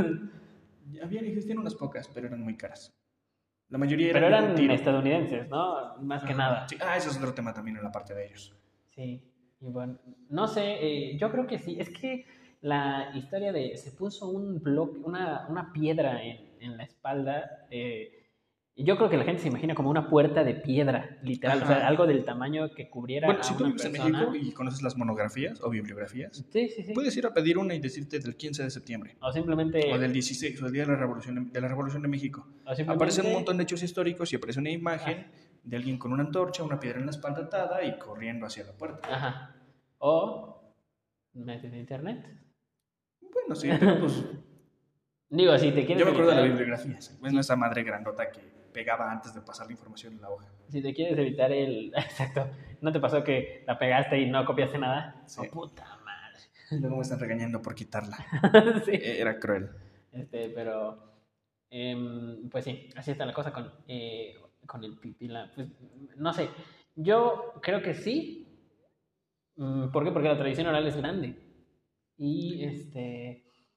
Había, existían unas pocas, pero eran muy caras. La mayoría Pero eran de un eran tiro. estadounidenses, ¿no? Más que Ajá. nada. Sí. Ah, ese es otro tema también en la parte de ellos. Sí, y bueno, no sé, eh, yo creo que sí. Es que la historia de se puso un bloque, una, una piedra en, en la espalda. Eh, y yo creo que la gente se imagina como una puerta de piedra, literal, Ajá. o sea, algo del tamaño que cubriera Bueno, a si tú una vives en persona. México y conoces las monografías o bibliografías, Sí, sí, sí. puedes ir a pedir una y decirte del quince de septiembre. O simplemente. O del dieciséis, o del día de la Revolución de, la Revolución de México. O simplemente Aparecen un montón de hechos históricos y aparece una imagen ah. de alguien con una antorcha, una piedra en la espalda atada y corriendo hacia la puerta. Ajá. O metes de internet. Bueno, sí, pero pues... Digo, si te quieres... Yo me acuerdo evitar, de la bibliografía. Bueno, sí. Esa madre grandota que pegaba antes de pasar la información en la hoja. Si te quieres evitar el... Exacto. ¿No te pasó que la pegaste y no copiaste nada? Sí. Oh, puta madre. Luego me están regañando por quitarla. Sí. Era cruel. Este, pero... Eh, pues sí, así está la cosa con, eh, con el pipila. Pues, no sé. Yo creo que sí. ¿Por qué? Porque la tradición oral es grande. Y este...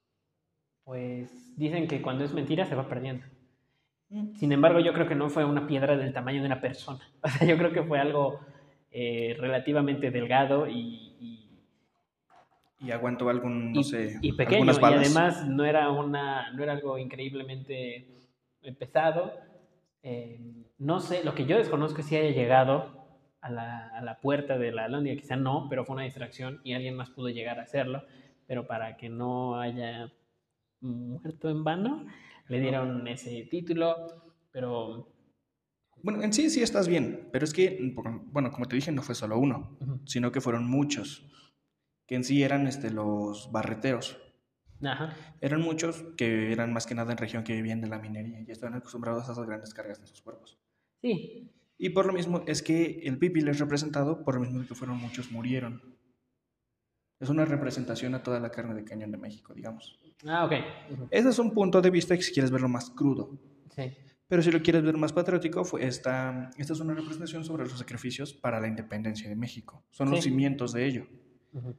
pues dicen que cuando es mentira se va perdiendo. Mm. Sin embargo, yo creo que no fue una piedra del tamaño de una persona. O sea, yo creo que fue algo eh, relativamente delgado y, y, Y aguantó algún, no y- sé, y pequeño. algunas Y balas. además no era, una, no era algo increíblemente pesado. Eh, no sé, lo que yo desconozco es si haya llegado a la, a la puerta de la Alhóndiga, quizá no, pero fue una distracción y alguien más pudo llegar a hacerlo. Pero para que no haya muerto en vano, le dieron ese título. Pero Bueno, en sí, sí estás bien, pero es que, por- bueno, como te dije, no fue solo uno, ujú. sino que fueron muchos, que en sí eran este, los barreteros. Ajá. Eran muchos que eran más que nada en región que vivían de la minería y estaban acostumbrados a esas grandes cargas en sus cuerpos. Sí. Y por lo mismo es que el pipil es representado, por lo mismo que fueron muchos murieron. Es una representación a toda la carne de cañón de México, digamos. Ah, ok. Ujú. Ese es un punto de vista que si quieres verlo más crudo. Sí. Pero si lo quieres ver más patriótico, fue esta, esta es una representación sobre los sacrificios para la independencia de México. Son los Sí. cimientos de ello. Ujú.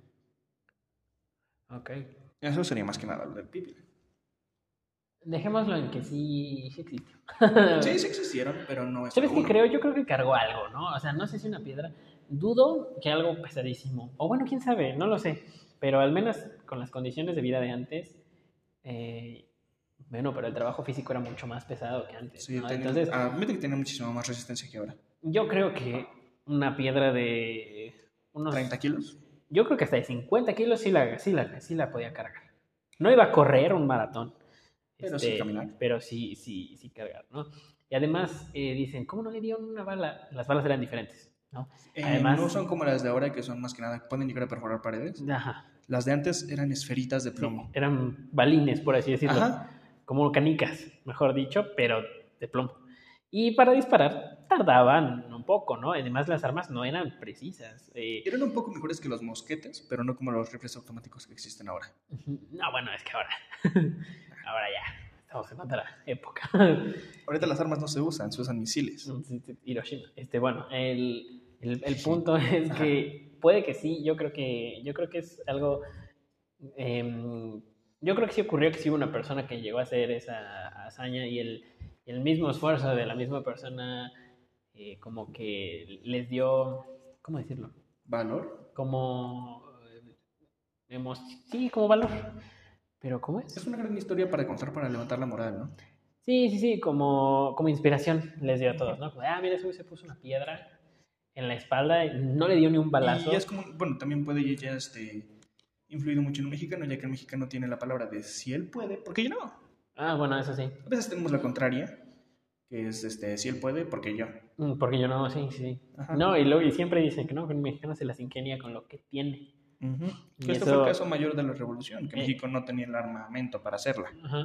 Ok. Eso sería más que nada lo del pipil. Dejémoslo en que sí, sí existió. Sí, sí existieron, pero no es ¿Sabes solo qué uno. creo? Yo creo que cargó algo, ¿no? O sea, no sé si una piedra. Dudo que algo pesadísimo. O bueno, quién sabe, no lo sé. Pero al menos con las condiciones de vida de antes, eh, bueno, pero el trabajo físico era mucho más pesado que antes, Sí, ¿no? tenía, Entonces, admite que tenía muchísima más resistencia que ahora. yo creo que una piedra de unos... ¿treinta kilos? Yo creo que hasta de cincuenta kilos sí la, sí la, sí la podía cargar. No iba a correr un maratón. Pero sí caminar. Pero sí, sí, sí cargar, ¿no? Y además eh, dicen, ¿cómo no le dieron una bala? Las balas eran diferentes, ¿no? Eh, Además, no son como las de ahora, que son más que nada, pueden llegar a perforar paredes. ajá, Las de antes eran esferitas de sí, plomo. eran balines, por así decirlo. Ajá. Como canicas, mejor dicho, pero de plomo. Y para disparar tardaban un poco, ¿no? Además, las armas no eran precisas. Eh, Eran un poco mejores que los mosquetes, pero no como los rifles automáticos que existen ahora. no, bueno, es que ahora, ahora ya, estamos en otra época. Ahorita las armas no se usan, se usan misiles. Hiroshima. Este, bueno, el, el, el punto es que puede que sí, yo creo que, yo creo que es algo... Eh, yo creo que sí ocurrió que sí hubo una persona que llegó a hacer esa hazaña y el, el mismo esfuerzo de la misma persona eh, como que les dio, ¿cómo decirlo? ¿Valor? Como... eh, emo- sí, como valor. Pero ¿cómo es? Es una gran historia para contar, para levantar la moral, ¿no? Sí, sí, sí, como, como inspiración les dio a todos, ¿no? Como, ah, mira, ese güey se puso una piedra en la espalda y no le dio ni un balazo. Y es como, bueno, también puede ya este, influido mucho en el mexicano, ya que el mexicano tiene la palabra de si él puede, porque yo no. Ah, bueno, eso sí. A veces tenemos la contraria, que es este, si él puede, porque yo. Mm, Porque yo no, sí, sí. Ajá. No, y, luego, y siempre dicen que no, que el mexicano se las ingenia con lo que tiene. Uh-huh. Y Que este eso- fue el caso mayor de la revolución, que Eh. México no tenía el armamento para hacerla. Ajá.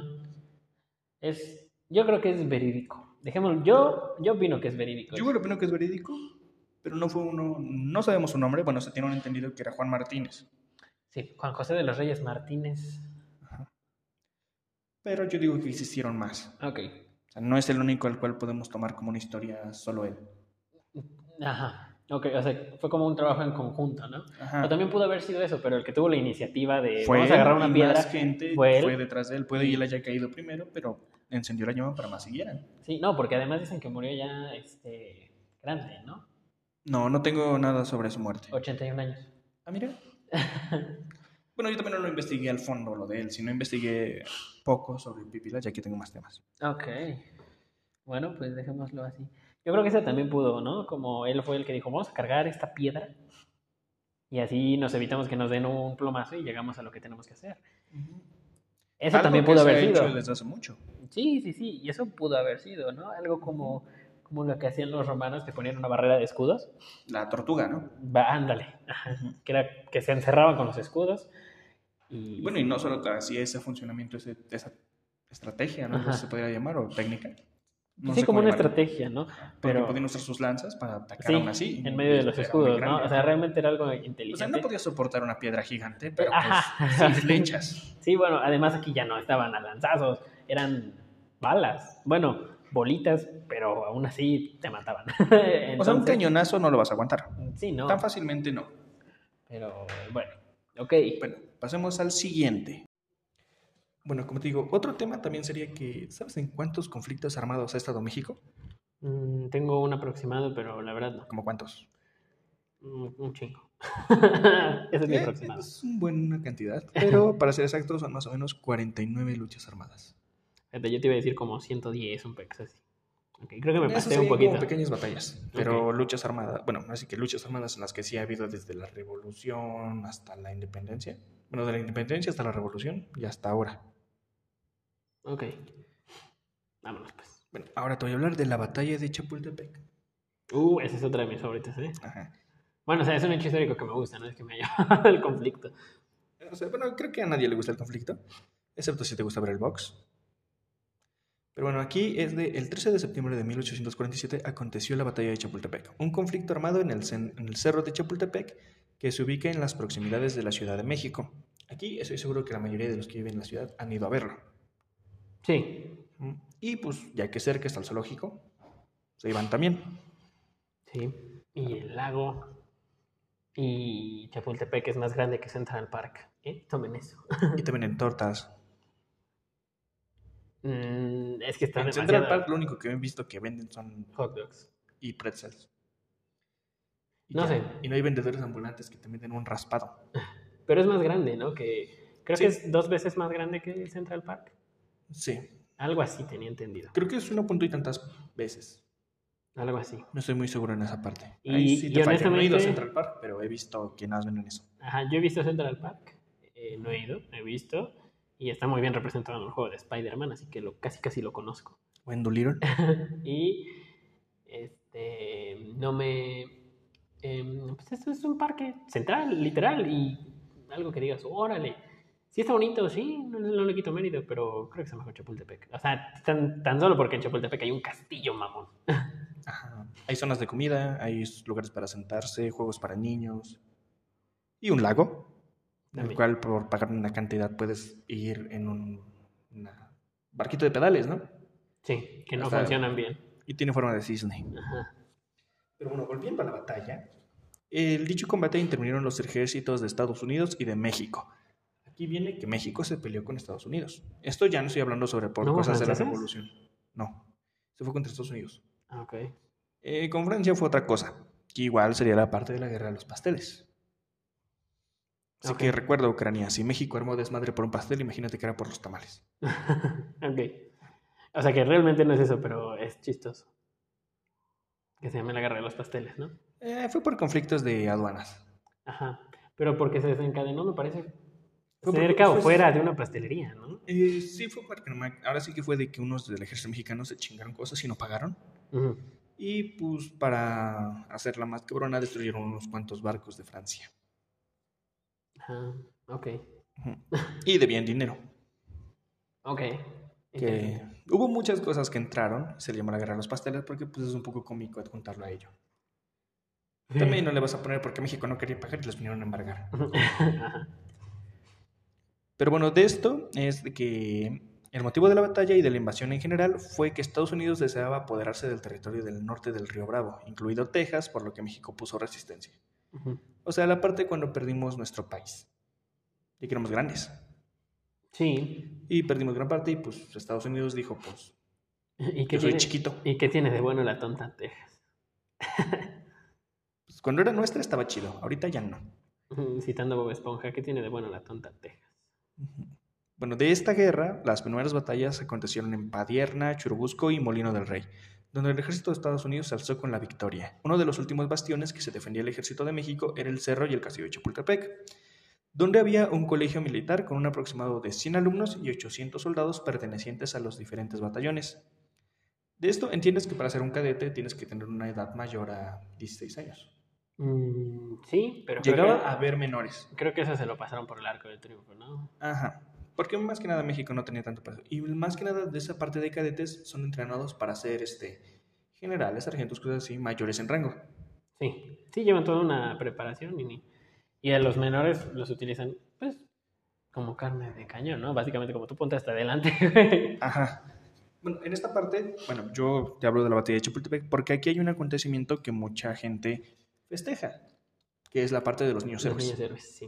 Es, yo creo que es verídico. Dejémoslo, yo, yo opino que es verídico. Yo creo opino que es verídico, pero no fue uno, no sabemos su nombre, bueno, se tiene un entendido que era Juan Martínez. Sí, Juan José de los Reyes Martínez. Ajá. Pero yo digo que existieron más. Ok. O sea, no es el único al cual podemos tomar como una historia solo él. Ajá. Ok, o sea, fue como un trabajo en conjunto, ¿no? Ajá. O también pudo haber sido eso, pero el que tuvo la iniciativa de Fue vamos a agarrar él, una y piedra más gente fue fue, él. detrás de él. Puede que él haya caído primero, pero encendió la llama para más siguieran. Sí, no, porque además dicen que murió ya este, grande, ¿no? No, no tengo nada sobre su muerte. ochenta y un años. Ah, mira. Bueno, yo también no lo investigué al fondo, lo de él, sino investigué poco sobre Pipila, ya que tengo más temas. Ok. Bueno, pues dejémoslo así. Yo creo que ese también pudo, ¿no? Como él fue el que dijo, vamos a cargar esta piedra y así nos evitamos que nos den un plomazo y llegamos a lo que tenemos que hacer. Uh-huh. Eso Algo también que pudo se haber ha sido. hecho desde hace mucho. Sí, sí, sí, y eso pudo haber sido, ¿no? Algo como, como lo que hacían los romanos, que ponían una barrera de escudos. La tortuga, ¿no? Va, ándale. Ajá. Uh-huh. Que era que se encerraban con los escudos. Y, Bueno, y no solo hacía ese funcionamiento, ese, esa estrategia, ¿no? Ajá. Entonces se podría llamar, o técnica. No sí, sé como cómo una llamarlo. estrategia, ¿no? Porque Pero podían usar sus lanzas para atacar sí, aún así. en medio de y los era muy escudos, ¿no? grande. O sea, realmente era algo O inteligente. sea, no podía soportar una piedra gigante, pero Ajá. pues seis flechas. Sí, bueno, además aquí ya no estaban a lanzazos, eran balas. Bueno, bolitas, pero aún así te mataban. Entonces, O sea, un cañonazo no lo vas a aguantar. Sí, no. Tan fácilmente no. Pero bueno, ok. Bueno, pasemos al siguiente. Bueno, como te digo, otro tema también sería que, ¿sabes en cuántos conflictos armados ha estado México? Mm, tengo un aproximado, pero la verdad no. ¿Cómo cuántos? Un, un chingo. Ese es mi Eh, aproximado. es una buena cantidad, pero para ser exactos son más o menos cuarenta y nueve luchas armadas. Fíjate, yo te iba a decir como ciento diez, un pex así. Okay, creo que me Esas pasé un serían como poquito. pequeñas batallas, pero Ok. luchas armadas, bueno, así que luchas armadas en las que sí ha habido desde la revolución hasta la independencia. Bueno, de la independencia hasta la revolución y hasta ahora. Ok. Vámonos pues. Bueno, ahora te voy a hablar de la batalla de Chapultepec. Uh, esa es otra de mis favoritas, ¿eh? Ajá. Bueno, o sea, es un hecho histórico que me gusta, no es que me haya llamado el conflicto. O sea, bueno, creo que a nadie le gusta el conflicto, excepto si te gusta ver el box. Pero bueno, aquí es de el trece de septiembre de mil ochocientos cuarenta y siete aconteció la batalla de Chapultepec, un conflicto armado en el, cen- en el cerro de Chapultepec que se ubica en las proximidades de la Ciudad de México. Aquí estoy seguro que la mayoría de los que viven en la ciudad han ido a verlo. Sí, Mm. Y pues, ya que cerca está el zoológico, se iban también. sí. Y el lago. Y Chapultepec es más grande que Central Park. ¿Eh? Tomen eso. Y también en tortas. Mm, es que está En Central demasiado Park lo único que he visto que venden son hot dogs. y pretzels. Y No sé, ya. Y no hay vendedores ambulantes que te venden un raspado. pero es más grande, ¿no? Que creo que Sí, es dos veces más grande que Central Park. sí. Algo así tenía entendido. Creo que es una punto y tantas veces. Algo así. No estoy muy seguro en esa parte. Ahí Y, sí y te fallo. No he ido a honestamente, Central Park, pero he visto que nada más venden eso. ajá, yo he visto Central Park. Eh, no he ido, he visto. Y está muy bien representado en el juego de Spider-Man, así que lo, casi casi lo conozco. ¿O en Doolittle? Y este, no me... em, pues esto es un parque central, literal, y algo que digas, órale, sí está bonito, sí, no, no le quito mérito, pero creo que está mejor Chapultepec. O sea, tan, tan solo porque en Chapultepec hay un castillo, mamón. Ajá. Hay zonas de comida, hay lugares para sentarse, juegos para niños. Y un lago, en el También. cual por pagar una cantidad puedes ir en un una barquito de pedales, ¿no? Sí, que no Hasta- funcionan bien. Y tiene forma de cisne. Ajá. Pero bueno, volviendo a la batalla, el dicho combate intervinieron los ejércitos de Estados Unidos y de México. Aquí viene que México se peleó con Estados Unidos. Esto ya no estoy hablando sobre por ¿No hubo cosas de la franceses? revolución. No, se fue contra Estados Unidos. Ah, ok. Eh, con Francia fue otra cosa, que igual sería la parte de la guerra de los pasteles. Así Ok. que recuerda, Ucrania, si México armó desmadre por un pastel, imagínate que era por los tamales. Ok. O sea que realmente no es eso, pero es chistoso. Que se llame la guerra de los pasteles, ¿no? Eh, fue por conflictos de aduanas. Ajá. Pero porque se desencadenó, me parece, Fue cerca por, o fue, fuera de una pastelería, ¿no? eh, sí, fue porque ahora sí que fue de que unos del ejército mexicano se chingaron cosas y no pagaron. Uh-huh. Y pues para hacerla más cabrona destruyeron unos cuantos barcos de Francia. Ajá. Ok. Uh-huh. Y debían dinero. Ok. Que hubo muchas cosas que entraron, se le llamó la guerra de los pasteles porque pues es un poco cómico adjuntarlo a ello. Sí. También no le vas a poner porque México no quería pagar y los vinieron a embargar. Ajá. Pero bueno, de esto es de que el motivo de la batalla y de la invasión en general fue que Estados Unidos deseaba apoderarse del territorio del norte del río Bravo, incluido Texas, por lo que México puso resistencia. Uh-huh. O sea, la parte cuando perdimos nuestro país. Ya que éramos grandes. Sí. Y perdimos gran parte y pues Estados Unidos dijo, pues, ¿Y qué yo soy tiene, chiquito. ¿Y qué tiene de bueno la tonta Texas? Pues cuando era nuestra estaba chido, ahorita ya no. Citando a Bob Esponja, ¿qué tiene de bueno la tonta Texas? Bueno, de esta guerra, las primeras batallas acontecieron en Padierna, Churubusco y Molino del Rey, donde el ejército de Estados Unidos se alzó con la victoria. Uno de los últimos bastiones que se defendía el ejército de México era el Cerro y el Castillo de Chapultepec, donde había un colegio militar con un aproximado de cien alumnos y ochocientos soldados pertenecientes a los diferentes batallones. De esto entiendes que para ser un cadete tienes que tener una edad mayor a dieciséis años. Mm, sí, pero llegaba creo que, a haber menores. Creo que eso se lo pasaron por el arco del triunfo, ¿no? Ajá. Porque más que nada México no tenía tanto peso. Y más que nada de esa parte de cadetes son entrenados para ser este, generales, sargentos, cosas así, mayores en rango. Sí, sí llevan toda una preparación y, y a los menores los utilizan, pues, como carne de cañón, ¿no? Básicamente como tú ponte hasta adelante. Ajá. Bueno, en esta parte, bueno, yo te hablo de la batalla de Chapultepec porque aquí hay un acontecimiento que mucha gente festeja, que es la parte de los niños los héroes. niños héroes, sí.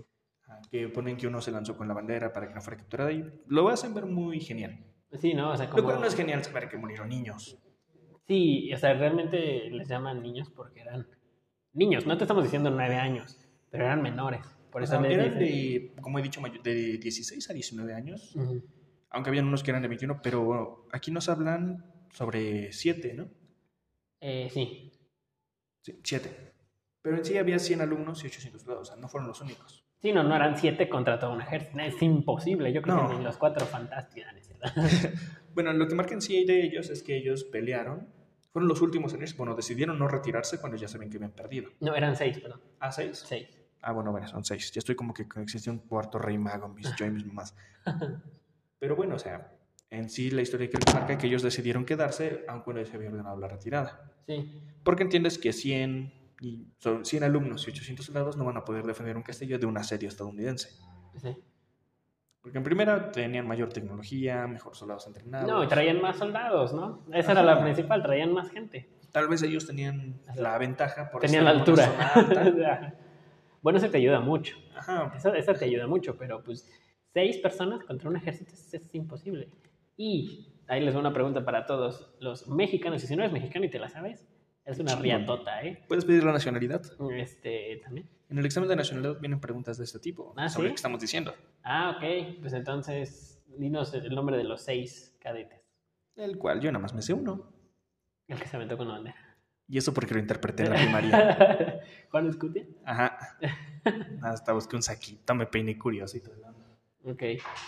Que ponen que uno se lanzó con la bandera para que no fuera capturada y lo hacen ver muy genial. Sí, ¿no? O sea, Lo como... cual no es genial saber que murieron niños. Sí, o sea, realmente les llaman niños porque eran niños. No te estamos diciendo nueve años, pero eran menores. Por O eso sea, les eran dicen... de, como he dicho, mayo- de dieciséis a diecinueve años. Ujú. Aunque habían unos que eran de veintiuno, pero bueno, aquí nos hablan sobre siete, ¿no? Eh, sí. Sí, siete. Pero en sí había cien alumnos y ochocientos soldados, o sea, no fueron los únicos. Sí, no, no eran siete contra todo un ejército. Es imposible. Yo creo No. que ni los cuatro fantásticos. Bueno, lo que marca en sí de ellos es que ellos pelearon. Fueron los últimos en irse. Bueno, decidieron no retirarse cuando ya saben que habían perdido. No, eran seis, perdón. ¿Ah, seis? Seis. Ah, bueno, bueno, son seis. Ya estoy como que existe un cuarto rey mago en mis, yo y mis mamás. Pero bueno, o sea, en sí la historia que marca que ellos decidieron quedarse aun cuando se había ordenado la retirada. Sí. Porque entiendes que cien, y, son cien alumnos y ochocientos soldados no van a poder defender un castillo de un asedio estadounidense. Sí. Porque en primera tenían mayor tecnología, mejor soldados entrenados. No, y traían más soldados, ¿no? Esa Ajá. era la principal, traían más gente. Tal vez ellos tenían Ajá. la ventaja por tenían la altura. Alta. Bueno, eso te ayuda mucho. Ajá. Eso, eso te ayuda mucho, pero pues seis personas contra un ejército es, es imposible. Y ahí les doy una pregunta para todos los mexicanos. Y si no eres mexicano y te la sabes, es una sí, riatota, ¿eh? ¿Puedes pedir la nacionalidad? Este, también. En el examen de nacionalidad vienen preguntas de este tipo, ¿Ah, sobre sí? qué estamos diciendo. Ah, ok. Pues entonces, dinos el nombre de los seis cadetes. El cual yo nada más me sé uno. El que se aventó con la bandera. Y eso porque lo interpreté en la primaria. ¿Juan Escutia? Ajá. Hasta busqué un saquito, me peiné curioso y todo. Ok.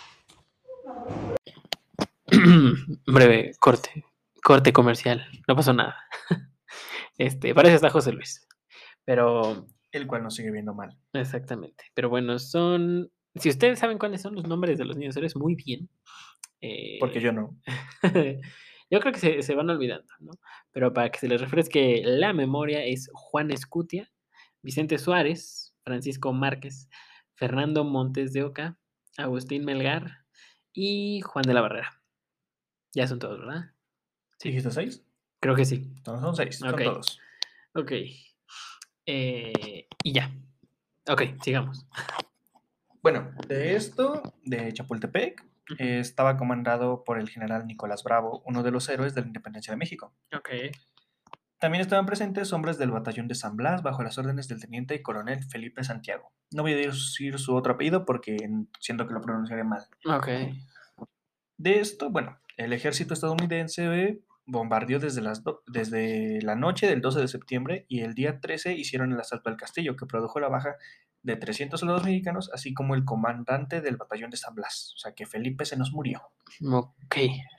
Breve corte. Corte comercial. No pasó nada. Este, para eso está José Luis. Pero... el cual nos sigue viendo mal. Exactamente. Pero bueno, son... Si ustedes saben cuáles son los nombres de los niños héroes, muy bien. Eh... Porque yo no. Yo creo que se, se van olvidando, ¿no? Pero para que se les refresque la memoria, es Juan Escutia, Vicente Suárez, Francisco Márquez, Fernando Montes de Oca, Agustín Melgar y Juan de la Barrera. Ya son todos, ¿verdad? Sí. ¿Dijiste seis? Creo que sí. Entonces son seis, okay. Son todos. Ok. Eh, y ya. Ok, sigamos. Bueno, de esto, de Chapultepec, eh, estaba comandado por el general Nicolás Bravo, uno de los héroes de la independencia de México. Ok. También estaban presentes hombres del batallón de San Blas bajo las órdenes del teniente y coronel Felipe Santiago. No voy a decir su otro apellido porque siento que lo pronunciaré mal. Ok. De esto, bueno, el ejército estadounidense bombardeó desde, las do- desde la noche del doce de septiembre y el día trece hicieron el asalto al castillo, que produjo la baja de trescientos soldados mexicanos, así como el comandante del batallón de San Blas. O sea que Felipe se nos murió. Ok.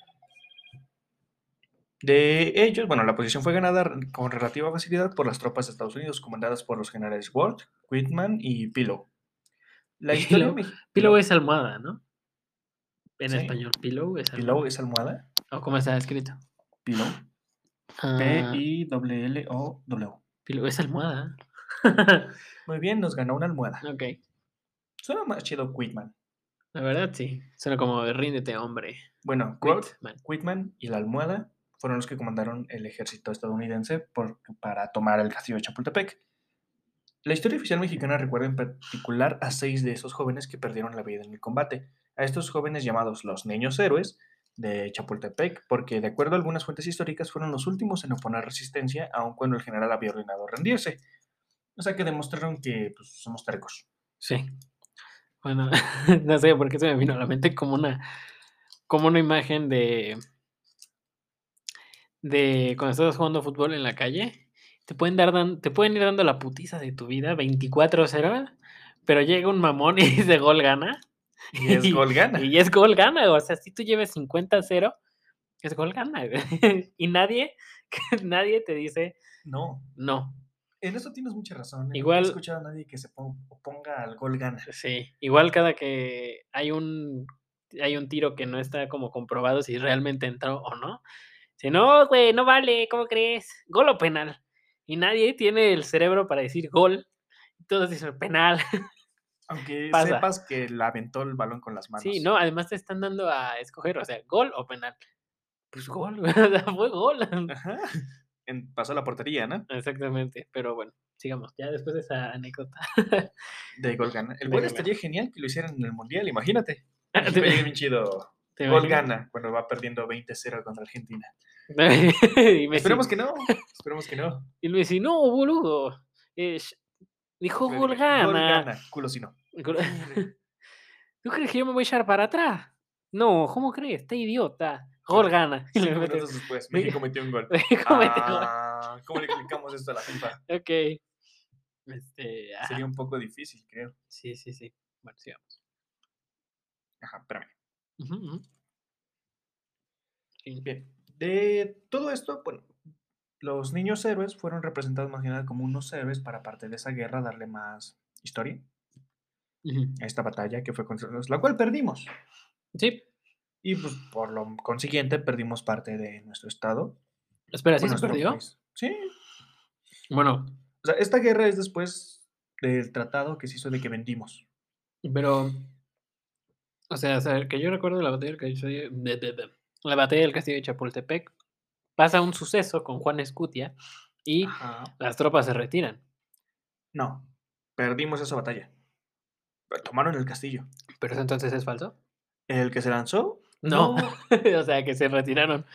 De ellos, bueno, la posición fue ganada con relativa facilidad por las tropas de Estados Unidos, comandadas por los generales Ward, Whitman y Pillow. La historia Pillow, Pillow, Pillow es almohada, ¿no? En sí. Español, Pillow es almohada. ¿Pillow es almohada? ¿O cómo está escrito? Pillow. Uh, P I L L O W. Pillow es almohada. Muy bien, nos ganó una almohada. Ok. Suena más chido Whitman. La verdad, sí. Suena como ríndete, hombre. Bueno, Whitman. Whitman y la almohada fueron los que comandaron el ejército estadounidense por, para tomar el castillo de Chapultepec. La historia oficial mexicana recuerda en particular a seis de esos jóvenes que perdieron la vida en el combate. A estos jóvenes llamados los niños héroes de Chapultepec, porque de acuerdo a algunas fuentes históricas fueron los últimos en oponer resistencia, aun cuando el general había ordenado rendirse. O sea que demostraron que pues, somos tercos. Sí. Bueno, no sé por qué se me vino a la mente como una, como una imagen de, de cuando estás jugando fútbol en la calle, te pueden, dar, dan, te pueden ir dando la putiza de tu vida veinticuatro cero, pero llega un mamón y dice gol gana. Y es gol gana. Y, y es gol gana, o sea, si tú lleves cincuenta cero, es gol gana. Y nadie, nadie te dice no. No. En eso tienes mucha razón. ¿eh? Igual, no he escuchado a nadie que se oponga al gol gana. Sí, igual cada que hay un hay un tiro que no está como comprobado si realmente entró o no. Si no, güey, no vale, ¿cómo crees? Gol o penal. Y nadie tiene el cerebro para decir gol. Todos dicen penal. Aunque Pasa. sepas que la aventó el balón con las manos. Sí, no, además te están dando a escoger, o sea, gol o penal. Pues gol, o sea, fue gol. Ajá. en, pasó la portería, ¿no? Exactamente, pero bueno, sigamos. Ya después de esa anécdota De gol gana. El de cual gol gana. estaría genial que lo hicieran en el Mundial, imagínate. Ah, México ¿te, llega bien chido. te Gol imaginas? gana cuando va perdiendo veinte cero contra Argentina. Y Messi, Esperemos que no. Esperemos que no. y Messi, no, boludo. eh, sh- dijo Le gol dije, gol gana. gana, culo si no. Gol- Mire, ¿Tú crees que yo me voy a echar para atrás? No, ¿cómo crees? Está idiota. Gol bueno, gana. Y le cinco mete. minutos después, México metió un gol. México mete gol. Ah, ¿cómo le explicamos esto a la FIFA? Ok. Este, Sería ajá. un poco difícil, creo. Sí, sí, sí. Bueno, sigamos. Ajá, espérame. Ujú, ujú. Sí. Bien, de todo esto, bueno, los niños héroes fueron representados más que nada como unos héroes para parte de esa guerra darle más historia Ujú. a esta batalla que fue contra nosotros, la cual perdimos. Sí. Y pues por lo consiguiente perdimos parte de nuestro estado, Espera, ¿sí bueno, se nuestro perdió? país. Sí, Bueno, o sea, esta guerra es después del tratado que se hizo de que vendimos. pero, o sea, o sea, que yo recuerdo la batalla del castillo, de- de- de- la batalla del castillo de Chapultepec, pasa un suceso con Juan Escutia y Ajá. las tropas se retiran. No, perdimos esa batalla. Tomaron el castillo. ¿Pero eso entonces es falso? El que se lanzó, No, no, o sea, que se retiraron.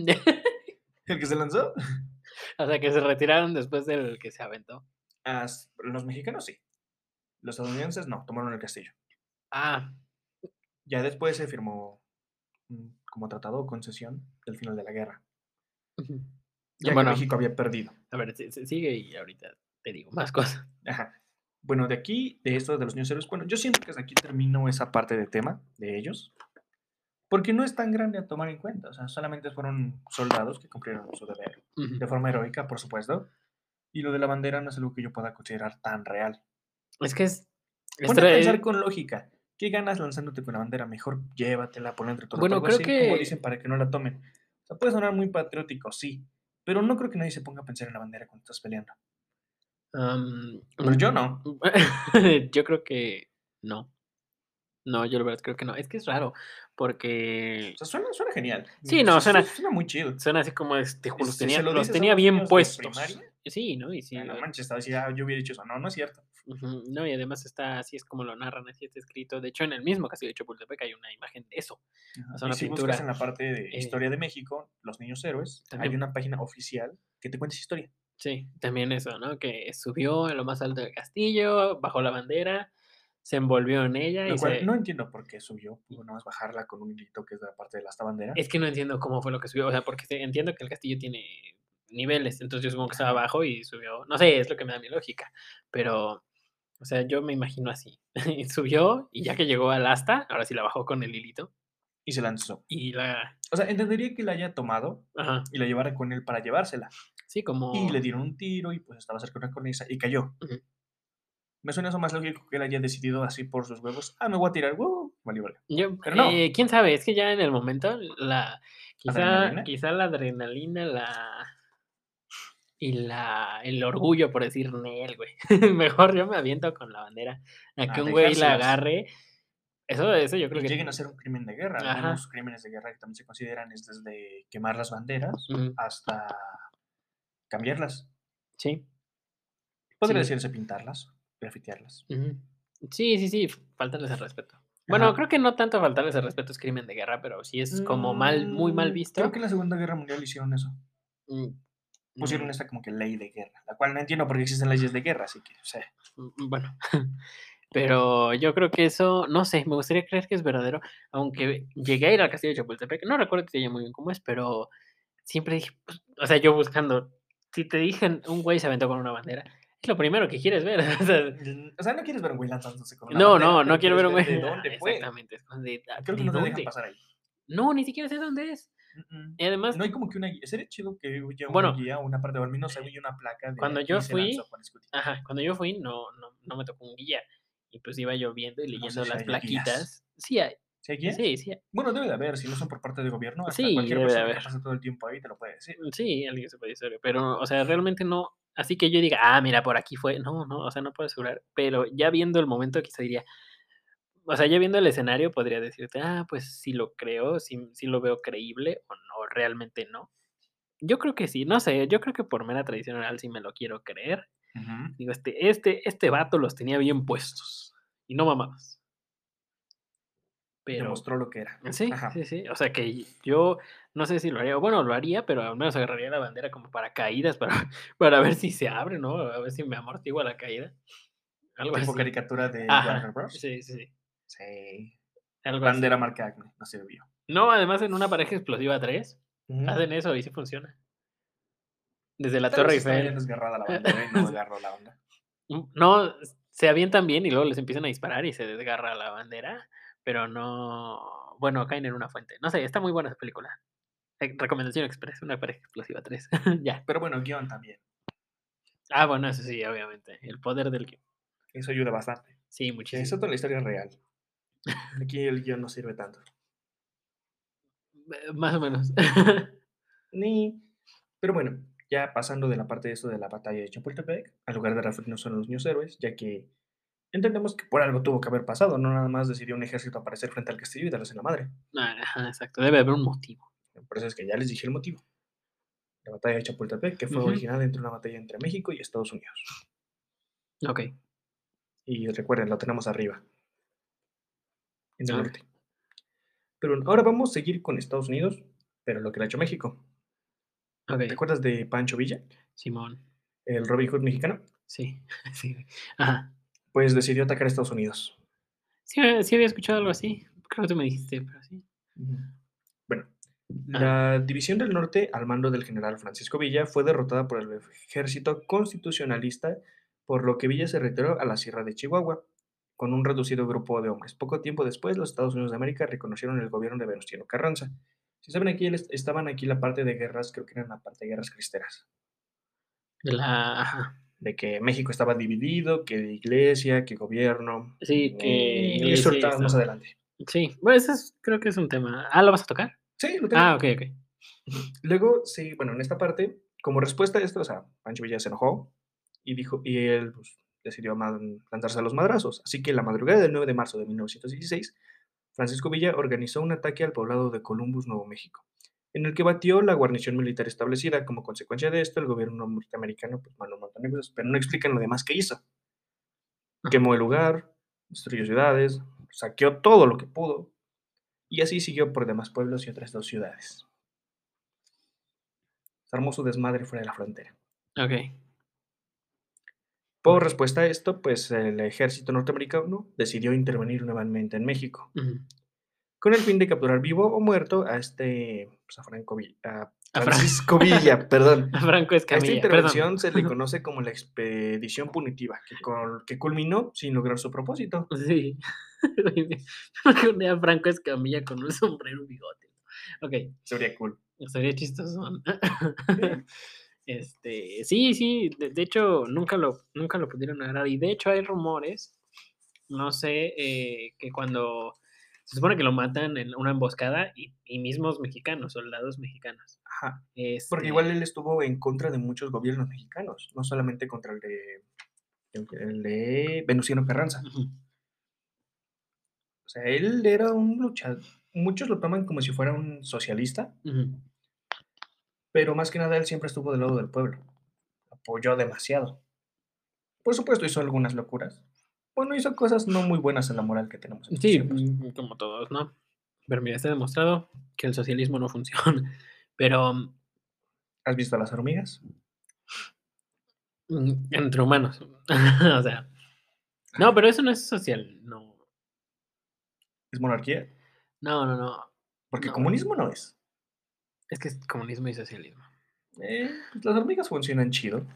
el que se lanzó, O sea, que se retiraron después del que se aventó. as- los mexicanos sí, los estadounidenses no, tomaron el castillo. Ah, Ya después se firmó mm, como tratado o concesión del final de la guerra, ujú. ya que Bueno, México había perdido. a ver, si- si- sigue y ahorita te digo más cosas. Ajá. Bueno, de aquí, de esto de los niños héroes, bueno, yo siento que hasta aquí termino esa parte de tema de ellos, porque no es tan grande a tomar en cuenta, o sea, solamente fueron soldados que cumplieron su deber, Ujú. de forma heroica, por supuesto, y lo de la bandera no es algo que yo pueda considerar tan real. Es que es, es Ponte a tra- pensar eh, con lógica. ¿Qué ganas lanzándote con la bandera? Mejor llévatela, ponla entre todos. bueno, Algo creo así como que dicen para que no la tomen. O sea, puede sonar muy patriótico, sí. Pero no creo que nadie se ponga a pensar en la bandera cuando estás peleando. am, Pero yo mm, no. yo creo que no. No, yo la verdad creo que no. Es que es raro, porque O sea, suena, suena genial. sí, O sea, no, suena, su- suena muy chido. suena así como este, Y los si se tenía, lo los dices a tenía unos bien niños de puestos. primaria, Sí, ¿no? Y sí, ah, no o- manches, estaba así, ah, yo hubiera dicho eso. No, no es cierto. ujú, no, y además está así es como lo narran, así está escrito. De hecho, en el mismo Castillo de Chapultepec hay una imagen de eso. Ajá. O sea, Y una si buscas en pintura. la parte de eh, historia de México, los niños héroes, hay también, una página oficial que te cuenta esa historia. sí, también eso, ¿no? Que subió a lo más alto del castillo, bajó la bandera, se envolvió en ella Lo y cual no se. entiendo por qué subió. Pudo nada más bajarla con un hilito que es de la parte de la esta bandera. Es que no entiendo cómo fue lo que subió, o sea, porque se- entiendo que el castillo tiene niveles, entonces yo supongo que estaba Ajá. abajo y subió, no sé, es lo que me da mi lógica, pero, o sea, yo me imagino así, y subió y ya que llegó al asta, ahora sí la bajó con el hilito Y se lanzó. y la, O sea, entendería que la haya tomado ajá, y la llevara con él para llevársela. sí, Y le como, dieron un tiro y pues estaba cerca de una cornisa y cayó. ujú. Me suena eso más lógico que él haya decidido así por sus huevos. Ah, me voy a tirar. ¡Wow! Vale, vale. Yo, Pero no. eh, quién sabe, es que ya en el momento, la, quizá, Adrenalina. quizá la adrenalina, la, y la, el orgullo por decir Nel, güey, mejor yo me aviento con la bandera, a que A un güey la dejárselas. agarre. Eso eso yo creo Y que lleguen a ser un crimen de guerra. ajá, Algunos crímenes de guerra que también se consideran es desde quemar las banderas ujú, hasta cambiarlas. sí, Podría sí, decirse pintarlas, grafitearlas. ujú. Sí, sí, sí, faltarles el respeto. Bueno, Ajá. creo que no tanto faltarles el respeto es crimen de guerra, pero sí es como mal muy mal Mm, creo visto. que en la Segunda Guerra Mundial hicieron eso. Mm, Pusieron mm, esta como que ley de guerra, la cual no entiendo por qué existen leyes de guerra, así que, o sea, mm, bueno, pero yo creo que eso, no sé, me gustaría creer que es verdadero, aunque llegué a ir al castillo de Chapultepec, no recuerdo ya muy bien cómo es, pero siempre dije, pues, o sea, yo buscando, si te dije un güey se aventó con una bandera, es lo primero que quieres ver, o sea. mm, o sea, no quieres ver a un güey lanzándose con una No, bandera, no, no pero quiero quieres ver un ver güey de ah, dónde fue. exactamente, es como de, ah, Creo que ¿de no te dejan dónde? pasar ahí. No, ni siquiera sé dónde es. Mm, mm. Y además, No hay como que una guía. Sería chido que hubiera una bueno, guía o una parte, o al menos había una placa de cuando aquí yo se lanzó fui Juan Escuti. ajá, cuando yo fui no no no me tocó un guía, y pues iba yo viendo y No sé leyendo si las haya guías. plaquitas. Sí hay, ¿Sí hay guías? sí, sí, Bueno, debe de haber, si no son por parte del gobierno, hasta sí, cualquier debe de persona haber. que pasa todo el tiempo ahí te lo puede decir. Mm, sí, alguien se puede decir, pero, o sea, realmente no, así que yo diga: "Ah, mira, por aquí fue", no, no, o sea, no puedo asegurar, pero ya viendo el momento quizá diría, o sea, ya viendo el escenario podría decirte: "Ah, pues sí lo creo, sí sí lo veo creíble", o no, realmente no. Yo creo que sí, no sé, yo creo que por mera tradición oral sí me lo quiero creer. Ujú. Digo, este este este vato los tenía bien puestos, y no mamadas. Pero Demostró lo que era. sí, Ajá. sí, sí, o sea, que yo no sé si lo haría, bueno, lo haría, pero al menos agarraría la bandera como paracaídas para para ver si se abre, ¿no? A ver si me amortigua la caída, algo Tipo así. caricatura de Warner Ajá, Bros. sí, sí, sí, Sí. algo Bandera así. marca Acme, no sirvió. No, además en una pareja explosiva tres Ujú. hacen eso y sí funciona. Desde la Tal vez Torre estaba ya Eiffel. desgarrada la bandera y no agarró la onda. Mm, no, se avientan bien y luego les empiezan a disparar y se desgarra la bandera, pero no, bueno, caen en una fuente. No sé, está muy buena esa película. Eh, recomendación express, Una pareja explosiva tres. Ya. Pero bueno, guión también. Ah, bueno, eso sí, obviamente. El poder del guión. Eso ayuda bastante. Sí, Sí, es muchísimo. toda la historia real. Aquí el guión no sirve tanto. Eh, más o menos. Ni. Pero bueno, ya pasando de la parte de esto de la batalla de Chapultepec, al lugar de referirnos a los niños héroes, ya que entendemos que por algo tuvo que haber pasado, no nada más decidió un ejército aparecer frente al castillo y darles en la madre. Ah, ajá, exacto. Debe haber un motivo. Por eso es que ya les dije el motivo. La batalla de Chapultepec, que fue Ujú. originada entre una batalla entre México y Estados Unidos. Ok. Y recuerden, lo tenemos arriba, en el Ok. norte. Pero ahora vamos a seguir con Estados Unidos, pero lo que le ha hecho México. ¿Te Ok. acuerdas de Pancho Villa, Simón. el Robin Hood mexicano? Sí. Sí. Ajá. Pues decidió atacar a Estados Unidos. Sí, eh, sí había escuchado algo así. Creo que tú me dijiste, pero sí. Ujú. Bueno, Ajá. la División del Norte, al mando del general Francisco Villa, fue derrotada por el ejército constitucionalista, por lo que Villa se retiró a la Sierra de Chihuahua, con un reducido grupo de hombres. Poco tiempo después, los Estados Unidos de América reconocieron el gobierno de Venustiano Carranza. Si saben, aquí el- estaban aquí la parte de guerras, creo que eran la parte de guerras cristeras, De la ajá. de que México estaba dividido, que iglesia, que gobierno. Sí, que Mm, eso iglesia y ahorita más Estado. adelante. Sí, bueno, eso es creo que es un tema. Ah, ¿lo vas a tocar? Sí, lo tengo. Ah, okey, okey. Luego, sí, bueno, en esta parte, como respuesta a esto, o sea, Pancho Villa se enojó y dijo, y él pues, decidió man- lanzarse a los madrazos. Así que la madrugada del nueve de marzo de mil novecientos dieciséis, Francisco Villa organizó un ataque al poblado de Columbus, Nuevo México, en el que batió la guarnición militar establecida. Como consecuencia de esto, el gobierno norteamericano pues, mandó montañeses, pero no explican lo demás que hizo. Ajá. Quemó el lugar, destruyó ciudades, saqueó todo lo que pudo, y así siguió por demás pueblos y otras dos ciudades. Se armó su desmadre fuera de la frontera. Okey, Por okey. respuesta a esto, pues el ejército norteamericano decidió intervenir nuevamente en México, Ujú. con el fin de capturar vivo o muerto a este, pues, a Franco Vi- a A Fran Francisco Villa, perdón. a Franco A esta Escamilla, perdón. intervención se le conoce como la expedición punitiva, que, col- que culminó sin lograr su propósito. Sí. Me imaginé a Franco Escamilla con un sombrero y bigote. Okey, Sería cool. estaría chistosón. Sí. Este, sí, sí, de de hecho, nunca lo nunca lo pudieron agarrar, y de hecho hay rumores, no sé, eh, que cuando se supone que lo matan en una emboscada y y mismos mexicanos, soldados mexicanos. Ajá. Porque igual Este él estuvo en contra de muchos gobiernos mexicanos, no solamente contra el de, el, el de Venustiano Carranza. ujú, O sea, él era un luchador. Muchos lo toman como si fuera un socialista, ujú. pero más que nada él siempre estuvo del lado del pueblo. Apoyó demasiado. Por supuesto, hizo algunas locuras. Bueno, hizo cosas no muy buenas en la moral que tenemos en estos Sí, tiempos. mm, como todos, ¿no? Pero mira, está demostrado que el socialismo no funciona. Pero, ¿Has visto a las hormigas? mm, entre humanos, o sea, no, pero eso no es social, no, ¿Es monarquía? no, no, no, Porque no, comunismo no es. es que es comunismo y socialismo. Eh, pues las hormigas funcionan chido.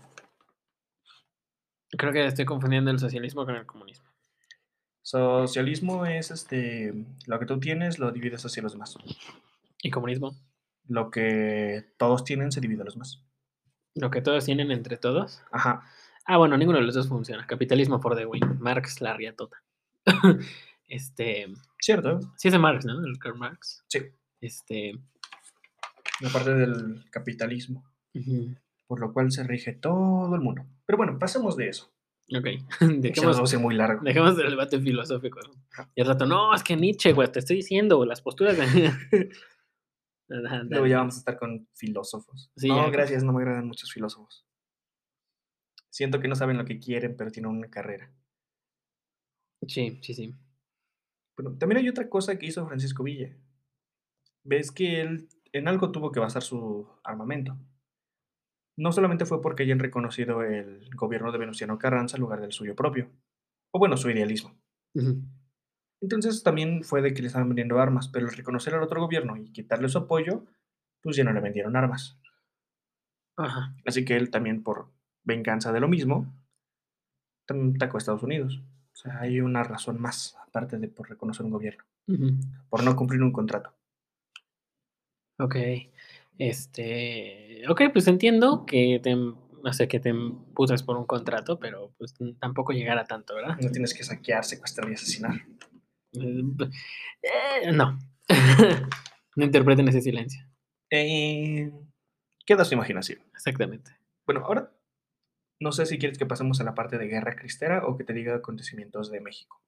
Creo que estoy confundiendo el socialismo con el comunismo. Socialismo es este, lo que tú tienes lo divides hacia los demás. ¿Y comunismo? Lo que todos tienen se divide a los demás. ¿Lo que todos tienen entre todos? Ajá, Ah, bueno, ninguno de los dos funciona. Capitalismo for the win. Marx la riatota. Este, cierto. sí es de Marx, ¿no? El Karl Marx. Sí, Este, la parte del capitalismo, ujú, por lo cual se rige todo el mundo. Pero bueno, pasemos de eso. okey. Si no, va Dejemos a ser muy largo. dejemos el debate filosófico. Ajá. Y al rato, no, es que Nietzsche, güey, te estoy diciendo, las posturas de Ajá, Luego dale, ya dale. vamos a estar con filósofos. Sí, No, ya. co- gracias, no me agradan muchos filósofos. Siento que no saben lo que quieren, pero tienen una carrera. Sí, sí, sí. Pero también hay otra cosa que hizo Francisco Villa. Ves que él en algo tuvo que basar su armamento. No solamente fue porque hayan reconocido el gobierno de Venustiano Carranza en lugar del suyo propio, o bueno, su idealismo. Ujú. Entonces también fue de que le estaban vendiendo armas, pero al reconocer al otro gobierno y quitarle su apoyo, pues ya no le vendieron armas. Ajá. Así que él también por venganza de lo mismo, también atacó a Estados Unidos. O sea, hay una razón más, aparte de por reconocer un gobierno, Ujú. por no cumplir un contrato. Okey. Este, okey, pues entiendo que te em o sea, que te emputas por un contrato, pero, pues, n tampoco llegar a tanto, ¿verdad? No tienes que saquear, secuestrar y asesinar. Eh, b eh, no. No interpreten ese silencio. Eh, queda su imaginación. Exactamente. Bueno, ahora no sé si quieres que pasemos a la parte de guerra cristera o que te diga acontecimientos de México.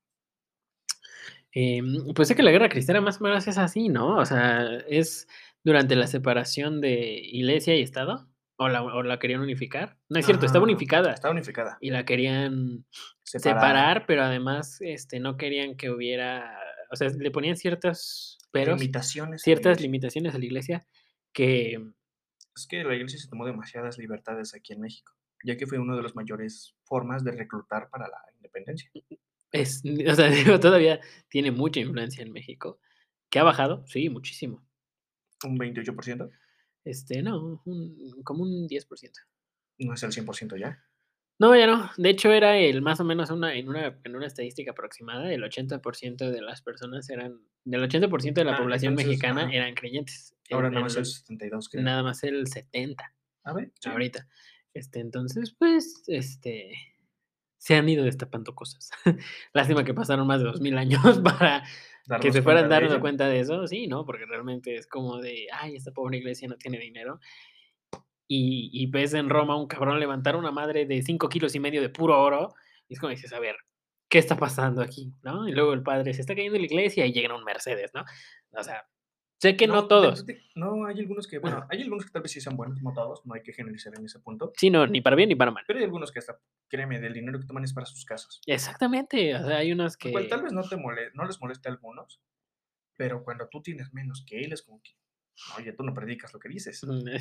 Em, pues sé que la guerra cristera más o menos es así, ¿no? O sea, es durante la separación de Iglesia y Estado, o la o la querían unificar. No es cierto, estaba Ajá, unificada está unificada. y la querían Separar. separar, pero además, este, no querían que hubiera, o sea, le ponían ciertos peros, Limitaciones a la ciertas iglesia. limitaciones a la Iglesia que Es que la iglesia se tomó demasiadas libertades aquí en México, ya que fue una de las mayores formas de reclutar para la independencia. es, o sea, digo, todavía tiene mucha influencia en México, que ha bajado, sí, muchísimo. Un veintiocho por ciento, Este, no, un como un diez por ciento. no es el cien por ciento ya. No, ya no. De hecho, era el más o menos una en una en una estadística aproximada, el ochenta por ciento de las personas eran del ochenta por ciento de la Ah, población entonces, mexicana ajá. eran creyentes. Ahora El nada más el el setenta y dos, creo. nada más el setenta A ver, sí. ahorita. Este, entonces, pues, este, se han ido destapando cosas. Lástima que pasaron más de dos mil años para que Darnos se fueran cuenta de dando ella. cuenta de eso. Sí, ¿no? Porque realmente es como de: "Ay, esta pobre iglesia no tiene dinero". Y y ves en Roma un cabrón levantar una madre de cinco kilos y medio de puro oro, y es como dices: "A ver, ¿qué está pasando aquí?", ¿no? Y luego el padre: "Se está cayendo la iglesia", y llega en un Mercedes, ¿no? O sea, sé que no No, todos. depende. No, hay algunos que, bueno, Ajá. hay algunos que tal vez sí sean buenos, no todos, no hay que generalizar en ese punto. Sí, no, ni para bien ni para mal. Pero hay algunos que hasta, créeme, del dinero que toman es para sus casas. Exactamente, o sea, hay unos Lo cual tal que vez no te mole, no les moleste a algunos, pero cuando tú tienes menos que él, es como que, oye, tú no predicas lo que dices. mm,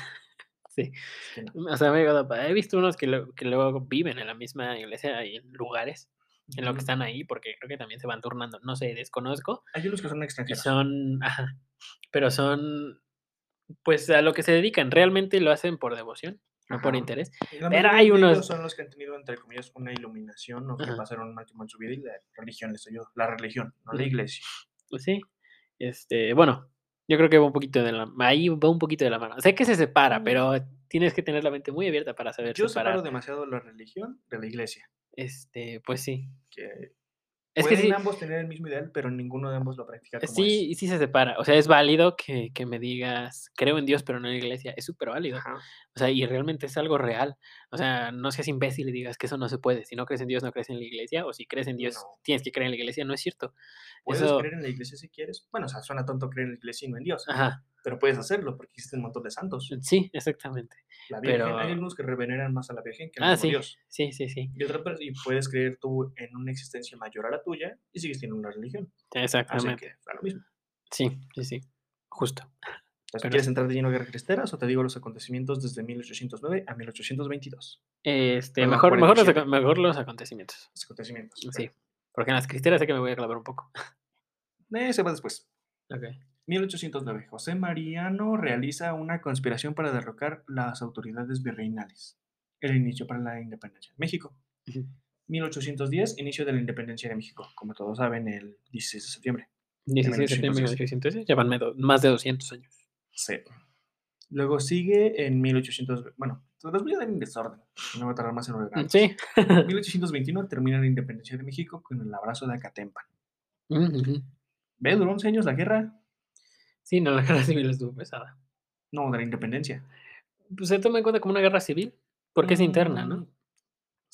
sí. Así que no. O sea, me llegado a pa he visto unos que lue que luego viven en la misma iglesia y en lugares en lo que Ujú. están ahí, porque creo que también se van turnando, no sé, desconozco, Hay unos que son y extranjeros. son ajá, pero son, pues, a lo que se dedican, realmente lo hacen por devoción, no por Ajá. interés, La pero mayoría hay de unos ellos son los que han tenido, entre comillas, una iluminación o que ajá, pasaron mal tiempo en su vida y la religión les ayudó. La religión, no la ujú, iglesia. pues sí, este, bueno, yo creo que va un poquito de la ahí va un poquito de la mano. Sé que se separa, Mm, pero tienes que tener la mente muy abierta para saber Yo separo separar, demasiado la religión de la iglesia, este, pues sí. que Es que pueden sí, ambos tener el mismo ideal, pero ninguno de ambos lo practica como es. sí sí se separa. O sea, es válido que que me digas: "Creo en Dios, pero no en la iglesia", es súper válido. Ajá. O sea, y realmente es algo real. O sea, no seas imbécil y digas que eso no se puede. Si no crees en Dios, no crees en la iglesia, o si crees en Dios, No. tienes que creer en la iglesia, no es cierto. Puedes Eso creer en la iglesia si quieres. Bueno, o sea, suena tonto creer en la iglesia y no en Dios, ajá, pero puedes hacerlo porque existen un montón de santos. sí, exactamente. La Virgen, hay Pero algunos que reveneran más a la Virgen que al ah, mismo sí, Dios. sí, sí, sí, Y, otra, per- y puedes creer tú en una existencia mayor a la tuya y sigues teniendo una religión. Así que exactamente. da lo mismo. Sí, sí, sí, justo. Entonces, Pero ¿quieres sí. entrar de lleno a guerra cristeras o te digo los acontecimientos desde mil ochocientos nueve a mil ochocientos veintidós? Este, Perdón, mejor mejor los acon cuarenta y siete. mejor los acontecimientos. Los acontecimientos. Bueno, Sí, porque en las cristeras sé que me voy a clavar un poco. ese va después. Okey. mil ochocientos nueve. José Mariano realiza una conspiración para derrocar las autoridades virreinales. El inicio para la independencia de México. Ujú. mil ochocientos diez, inicio de la independencia de México, como todos saben, el dieciséis de septiembre de dieciséis de septiembre de mil ochocientos diez. mil ochocientos diez, llevan medo más de doscientos años. Sí. Luego sigue en mil ochocientos, bueno, los voy a dar en desorden, no voy a tardar más en Mm, ordenarlos. sí. mil ochocientos veintiuno termina la independencia de México con el abrazo de Acatempan. Mm, ujú. ¿Ve? Duró once años la guerra, Sí, no, la guerra civil estuvo pesada. no, de la independencia. Pues, se toma en cuenta como una guerra civil, porque es interna, Mm, ¿no?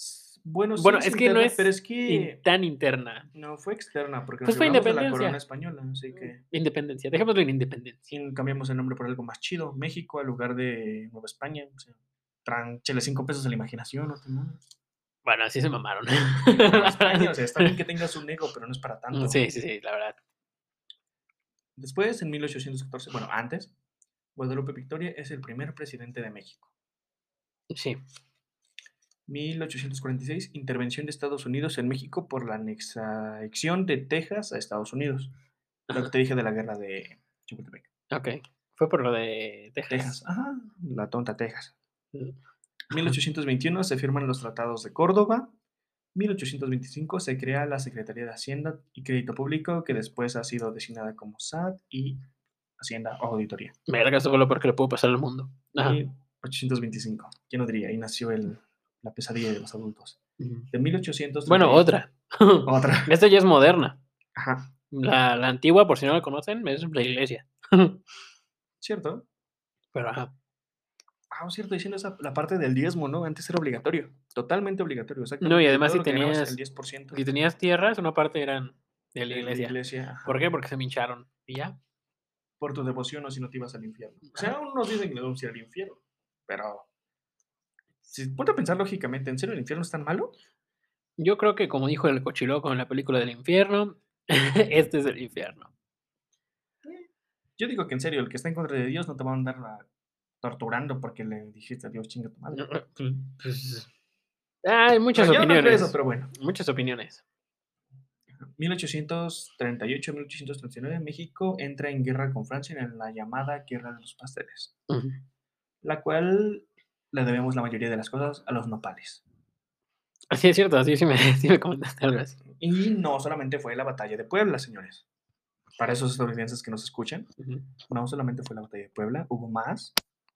Bueno, sí Bueno, es es que no interna, es pero es in- que tan interna. no fue externa, porque nos Pues fue libramos de la independencia. corona española, así que Independencia. Dejémoslo en independencia. y cambiamos el nombre por algo más chido, México, al lugar de Nueva España. O sea, tran, chele cinco pesos a la imaginación, no te mames. Bueno, así se mamaron. Digo, Nueva España, o sea, está bien que tengas un ego, pero no es para tanto. Sí, sí, sí, la verdad. Después, en mil ochocientos catorce, bueno, antes, Guadalupe Victoria es el primer presidente de México. Sí. mil ochocientos cuarenta y seis, intervención de Estados Unidos en México por la anexión de Texas a Estados Unidos. Lo que te dije de la guerra de Chapultepec. Ok. Fue por lo de Texas. Texas, ajá, la tonta Texas. Mm. mil ochocientos veintiuno se firman los tratados de Córdoba. mil ochocientos veinticinco se crea la Secretaría de Hacienda y Crédito Público, que después ha sido designada como S A T y Hacienda o Auditoría. Verga, eso fue lo peor que le pudo pasar al mundo. Ajá. mil ochocientos veinticinco, ¿quién no diría? Ahí nació el, la pesadilla de los adultos. Ujú. De mil ochocientos Bueno, otra. Otra. Esta ya es moderna. Ajá, La, la antigua, por si no la conocen, es la iglesia. ¿cierto? Pero ajá. Ah, cierto, diciendo esa, la parte del diezmo, ¿no? Antes era obligatorio, totalmente obligatorio, exactamente. No, y de además todo si lo que ganabas, tenías, el diez por ciento si tenías tierras, una parte eran de la de la iglesia. iglesia, ajá, ¿Por qué? Porque se me hincharon. Y ya. por tu devoción o si no te ibas al infierno. O sea, Ajá. aún nos dicen que nos vamos a ir al infierno, pero si ponte a pensar lógicamente, ¿en serio el infierno es tan malo? Yo creo que como dijo el cochiloco en la película del infierno, este es el infierno. Eh, Yo digo que en serio, el que está en contra de Dios no te va a andar a- torturando porque le dijiste a Dios, chinga tu madre. No, eh, pues, pues, hay muchas No, yo no creo opiniones. eso, pero bueno. Muchas opiniones. mil ochocientos treinta y ocho a mil ochocientos treinta y nueve, México entra en guerra con Francia en la llamada Guerra de los Pasteles, Ujú. la cual le debemos la mayoría de las cosas a los nopales. Así es cierto, así sí me, sí me comentaste algo así. Y no solamente fue la batalla de Puebla, señores. Para esos estadounidenses que nos escuchan, Ujú. no solamente fue la batalla de Puebla, hubo más.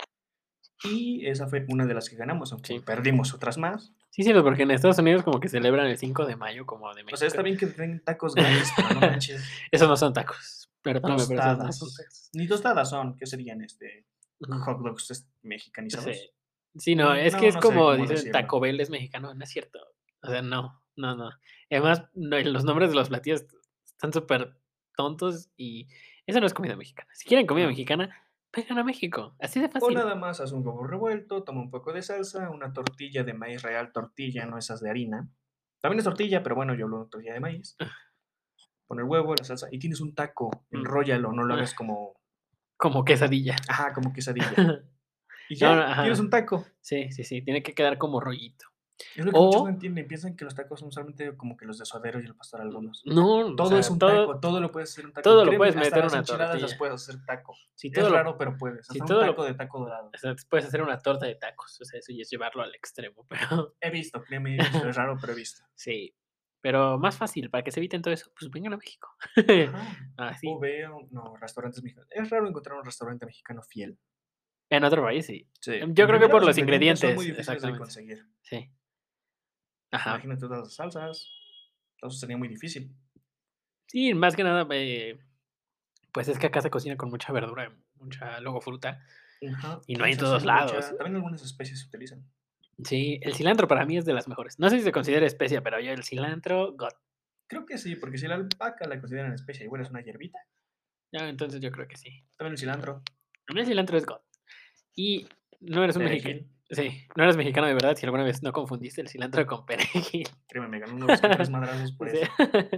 Y esa fue una de las que ganamos, aunque Sí. perdimos otras más. Sí, cierto, porque en Estados Unidos como que celebran el cinco de mayo como de México. O sea, está bien que den tacos gratis, pero no manches. Esos no son tacos. Perdóname, pero esos no Tostadas. son tacos. Ni tostadas son, ¿qué serían? Este, Ujú. hot dogs es- mexicanizados. Sí. Sí, no, Mm, es que no, es no sé como cómo dicen decirlo. Taco Bell es mexicano, no es cierto. O sea, no, no, no. Además, no, los nombres de los platillos están súper tontos y eso no es comida mexicana. Si quieren comida No. mexicana, vengan a México. Así de O fácil. nada más haz un huevo revuelto, toma un poco de salsa, una tortilla de maíz real, tortilla, no esas de harina. También es tortilla, pero bueno, yo hablo de tortilla de maíz. Pon el huevo, la salsa y tienes un taco, Mm. enróllalo, no lo Ah. hagas como, Como quesadilla. ajá, como quesadilla. Y No, ya, no, ajá. tienes un taco. Sí, sí, sí. Tiene que quedar como rollito. Es lo que muchos no O, entienden, piensan que los tacos son solamente como que los de suadero y el pastor algunos. no, o Todo sea, es un todo, taco, todo lo puedes hacer un taco. todo lo Créeme, puedes hasta meter en las una enchiladas las tortilla. puedes hacer taco. Si Es todo lo, raro, pero puedes. si Hasta un todo lo- taco de taco dorado. o sea, puedes hacer una torta de tacos. O sea, eso ya es llevarlo al extremo, pero He visto, créeme, he visto. Es raro, pero he visto. sí. Pero más fácil, para que se eviten todo eso, pues vengan a México. Ajá. Así. O veo, no, restaurantes mexicanos. Es raro encontrar un restaurante mexicano fiel. En otro país, sí. Sí. Yo En creo que primera, por los los ingredientes son ingredientes. muy difíciles de Exactamente. conseguir. Sí. Ajá. Imagínate todas las salsas. Entonces sería muy difícil. Sí, más que nada, eh, pues es que acá se cocina con mucha verdura, mucha luego fruta, Ajá. y no hay en Mucha todos sal, mucha- lados. También algunas especies se utilizan. Sí, el cilantro para mí es de las mejores. No sé si se considera especia, pero yo el cilantro, God. Creo que sí, porque si la alpaca la consideran especie, igual es una hierbita. Ya, entonces yo creo que sí. También el cilantro. A mí el cilantro es God. Y no eres un mexicano. Perejil. Sí, no eres mexicano de verdad si alguna vez no confundiste el cilantro con perejil. Créeme, me ganó unos que tres madrazos por Sí. eso.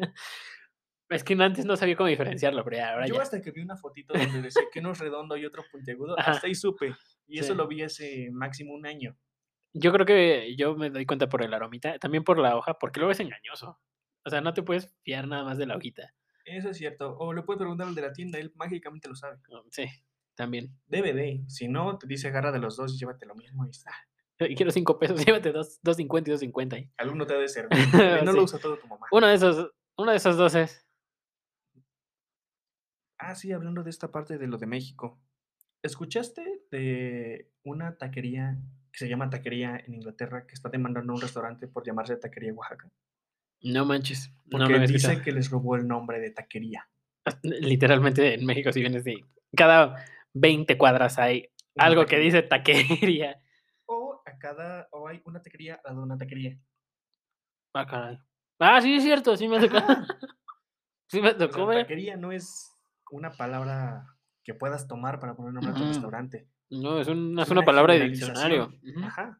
Es que antes no sabía cómo diferenciarlo, pero ya, ahora Yo ya. hasta que vi una fotito donde decía que uno es redondo y otro puntiagudo, Ajá. hasta ahí supe. Y eso Sí. lo vi hace máximo un año. Yo creo que yo me doy cuenta por el aromita, también por la hoja, porque luego es engañoso. O sea, no te puedes fiar nada más de la hojita. Eso es cierto. O le puedes preguntar al de la tienda, él mágicamente lo sabe. No, sí, también. Debe de. Si no, te dice agarra de los dos y llévate lo mismo y está. Y quiero cinco pesos, llévate dos, dos cincuenta y dos cincuenta. ahí. Alguno te ha de servir. Y no Sí. lo usa todo tu mamá. Uno de esos, uno de esos dos es. Ah, sí, hablando de esta parte de lo de México. ¿Escuchaste de una taquería que se llama Taquería en Inglaterra que está demandando a un restaurante por llamarse Taquería Oaxaca? No manches, no Porque lo había dice escuchado. que les robó el nombre de taquería. Literalmente en México, si vienes de cada veinte cuadras hay Una algo que taquería. dice taquería. O a cada, o hay una taquería al lado de una taquería. Ah, caray. Ah, sí, es cierto, sí me tocó. Ajá. Sí me O sea, tocó ver. taquería no es una palabra que puedas tomar para poner nombre a tu Ujú. restaurante. No, es un Es es una una palabra de diccionario. generalización. Ujú. Ajá.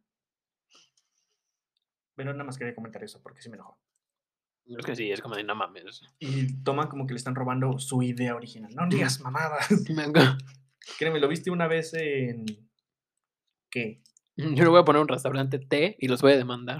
Pero nada más quería comentar eso porque sí me enojó. Es que sí, es como de no mames. Y toman como que le están robando su idea original. No digas mamadas. Me enca- Créeme, lo viste una vez en... ¿Qué? Yo le voy a poner un restaurante té y los voy a demandar.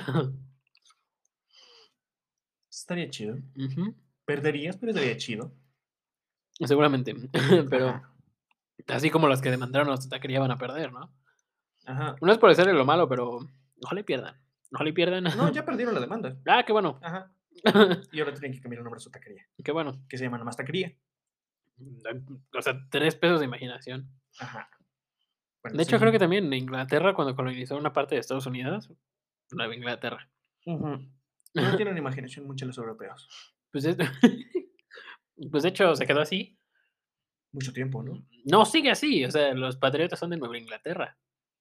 Estaría chido. Ujú. Perderías, pero estaría chido. Seguramente, pero Ajá. así como los que demandaron a los taquería van a perder, ¿no? Ajá. No es por decirle lo malo, pero ojalá y pierdan. Ojalá y pierdan. No, ya perdieron la demanda. Ah, qué bueno. Ajá. Y ahora tienen que cambiar el nombre de su taquería. Qué bueno. Que se llama nomás taquería. O sea, tres pesos de imaginación. Ajá. Bueno, De hecho, creo que seguimos. también en Inglaterra, cuando colonizó una parte de Estados Unidos, Nueva Inglaterra. Ujú. No tienen imaginación mucho los europeos. Pues, es pues, de hecho, se quedó así. Mucho tiempo, ¿no? No, sigue así, o sea, los patriotas son de Nueva Inglaterra.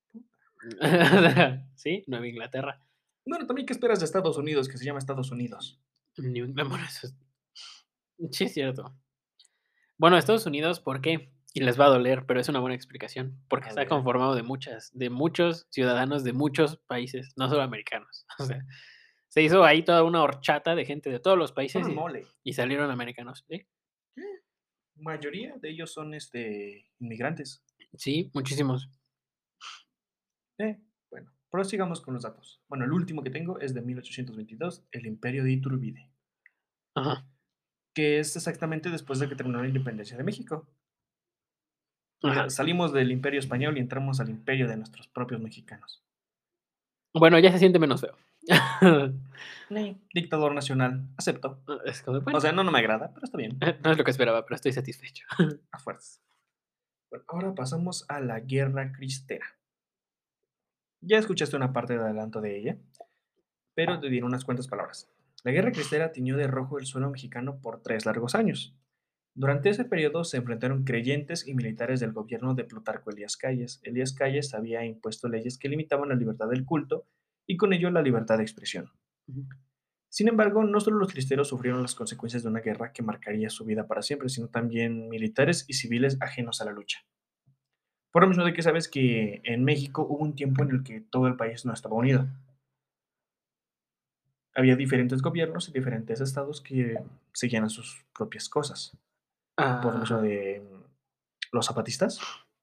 Sí, Nueva Inglaterra. Bueno, también, ¿qué esperas de Estados Unidos, que se llama Estados Unidos? New bueno, eso es sí, es cierto. Bueno, Estados Unidos, ¿por qué? Y les va a doler, pero es una buena explicación, porque A está ver. conformado de muchas de muchos ciudadanos de muchos países, no solo americanos. O sea, se hizo ahí toda una horchata de gente de todos los Son países un y mole. y salieron americanos, ¿sí? Mayoría de ellos son este inmigrantes. Sí, muchísimos. Eh, bueno, prosigamos con los datos. Bueno, el último que tengo es de mil ochocientos veintidós, el Imperio de Iturbide, Ajá, que es exactamente después de que terminó la independencia de México. Mira, ajá. salimos del Imperio español y entramos al imperio de nuestros propios mexicanos. Bueno, ya se siente menos feo. Eh, dictador nacional, acepto. Es como, O bueno, sea, no, no me agrada, pero está bien, no es lo que esperaba, pero estoy satisfecho. a fuerzas. Bueno, ahora pasamos a la Guerra Cristera. Ya escuchaste una parte de adelanto de ella, pero te diré unas cuantas palabras. La Guerra Cristera tiñó de rojo el suelo mexicano por tres largos años. Durante ese periodo se enfrentaron creyentes y militares del gobierno de Plutarco Elías Calles. Elías Calles había impuesto leyes que limitaban la libertad del culto y con ello la libertad de expresión. Sin embargo, no solo los cristeros sufrieron las consecuencias de una guerra que marcaría su vida para siempre, sino también militares y civiles ajenos a la lucha. Por lo mismo de que sabes que en México hubo un tiempo en el que todo el país no estaba unido. Había diferentes gobiernos y diferentes estados que seguían a sus propias cosas. Por lo mismo Ajá, de los zapatistas,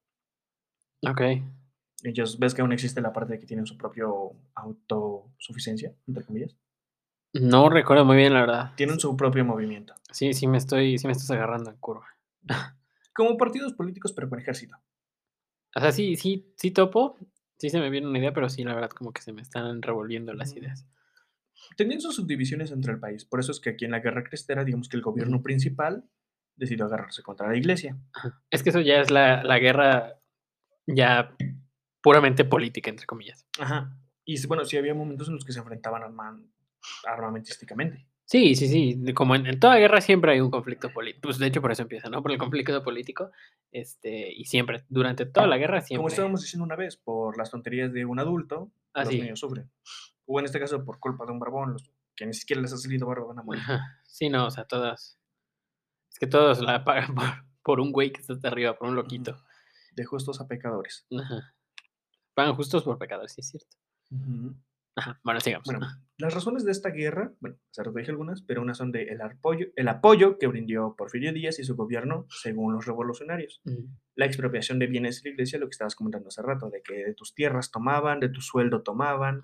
okey. ellos ves que aún existe la parte de que tienen su propio autosuficiencia, entre comillas. No recuerdo muy bien, la verdad. Tienen su propio movimiento. Sí, sí me estoy sí me estás agarrando en curva. Como partidos políticos, pero con ejército. O sea, sí sí sí topo, sí se me viene una idea, pero sí, la verdad, como que se me están revolviendo las Ujú. ideas. Tenían sus subdivisiones entre el país. Por eso es que aquí en la Guerra Cristera, digamos que el gobierno Ujú. principal decidió agarrarse contra la iglesia. Ajá. Es que eso ya es la la guerra ya puramente política, entre comillas. Ajá. Y s- bueno, sí había momentos en los que se enfrentaban arman- armamentísticamente. Sí, sí, sí, de como en en toda guerra siempre hay un conflicto político, pues, de hecho, por eso empieza, ¿no? Por el conflicto político, este, y siempre, durante toda la guerra Como siempre estábamos diciendo una vez, por las tonterías de un adulto, los así. niños sufren. O en este caso, por culpa de un barbón, los que ni siquiera les ha salido barba van a morir. Ajá. Sí, no, o sea, todas es que todos la pagan por por un güey que está hasta arriba, por un Ujú. loquito. De justos a pecadores. Ajá. Pagan justos por pecadores, sí es cierto. Ujú. Ajá, bueno, sigamos. Bueno, las razones de esta guerra, bueno, ya te dije algunas, pero unas son de el apoyo, el apoyo que brindó Porfirio Díaz y su gobierno según los revolucionarios. Ujú. La expropiación de bienes de la iglesia, lo que estabas comentando hace rato, de que de tus tierras tomaban, de tu sueldo tomaban,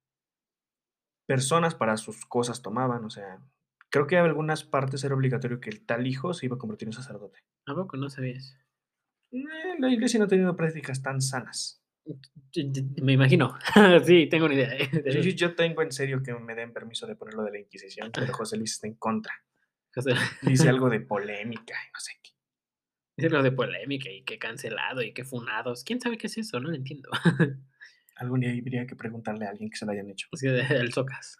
personas para sus cosas tomaban, o sea, creo que en algunas partes era obligatorio que el tal hijo se iba a convertir en sacerdote. ¿A poco no sabías? Eh, la iglesia no ha tenido prácticas tan sanas. Ye ye me imagino. Sí, tengo una idea, ¿eh? De Yo, yo, eso. yo tengo en serio que me den permiso de ponerlo de la Inquisición, pero José Luis está en contra. O sea, Dice algo de polémica y no sé qué. es lo de polémica y que cancelado y que funados. ¿Quién sabe qué es eso? No lo entiendo. Algún día habría que preguntarle a alguien que se lo hayan hecho. Es que el Socas.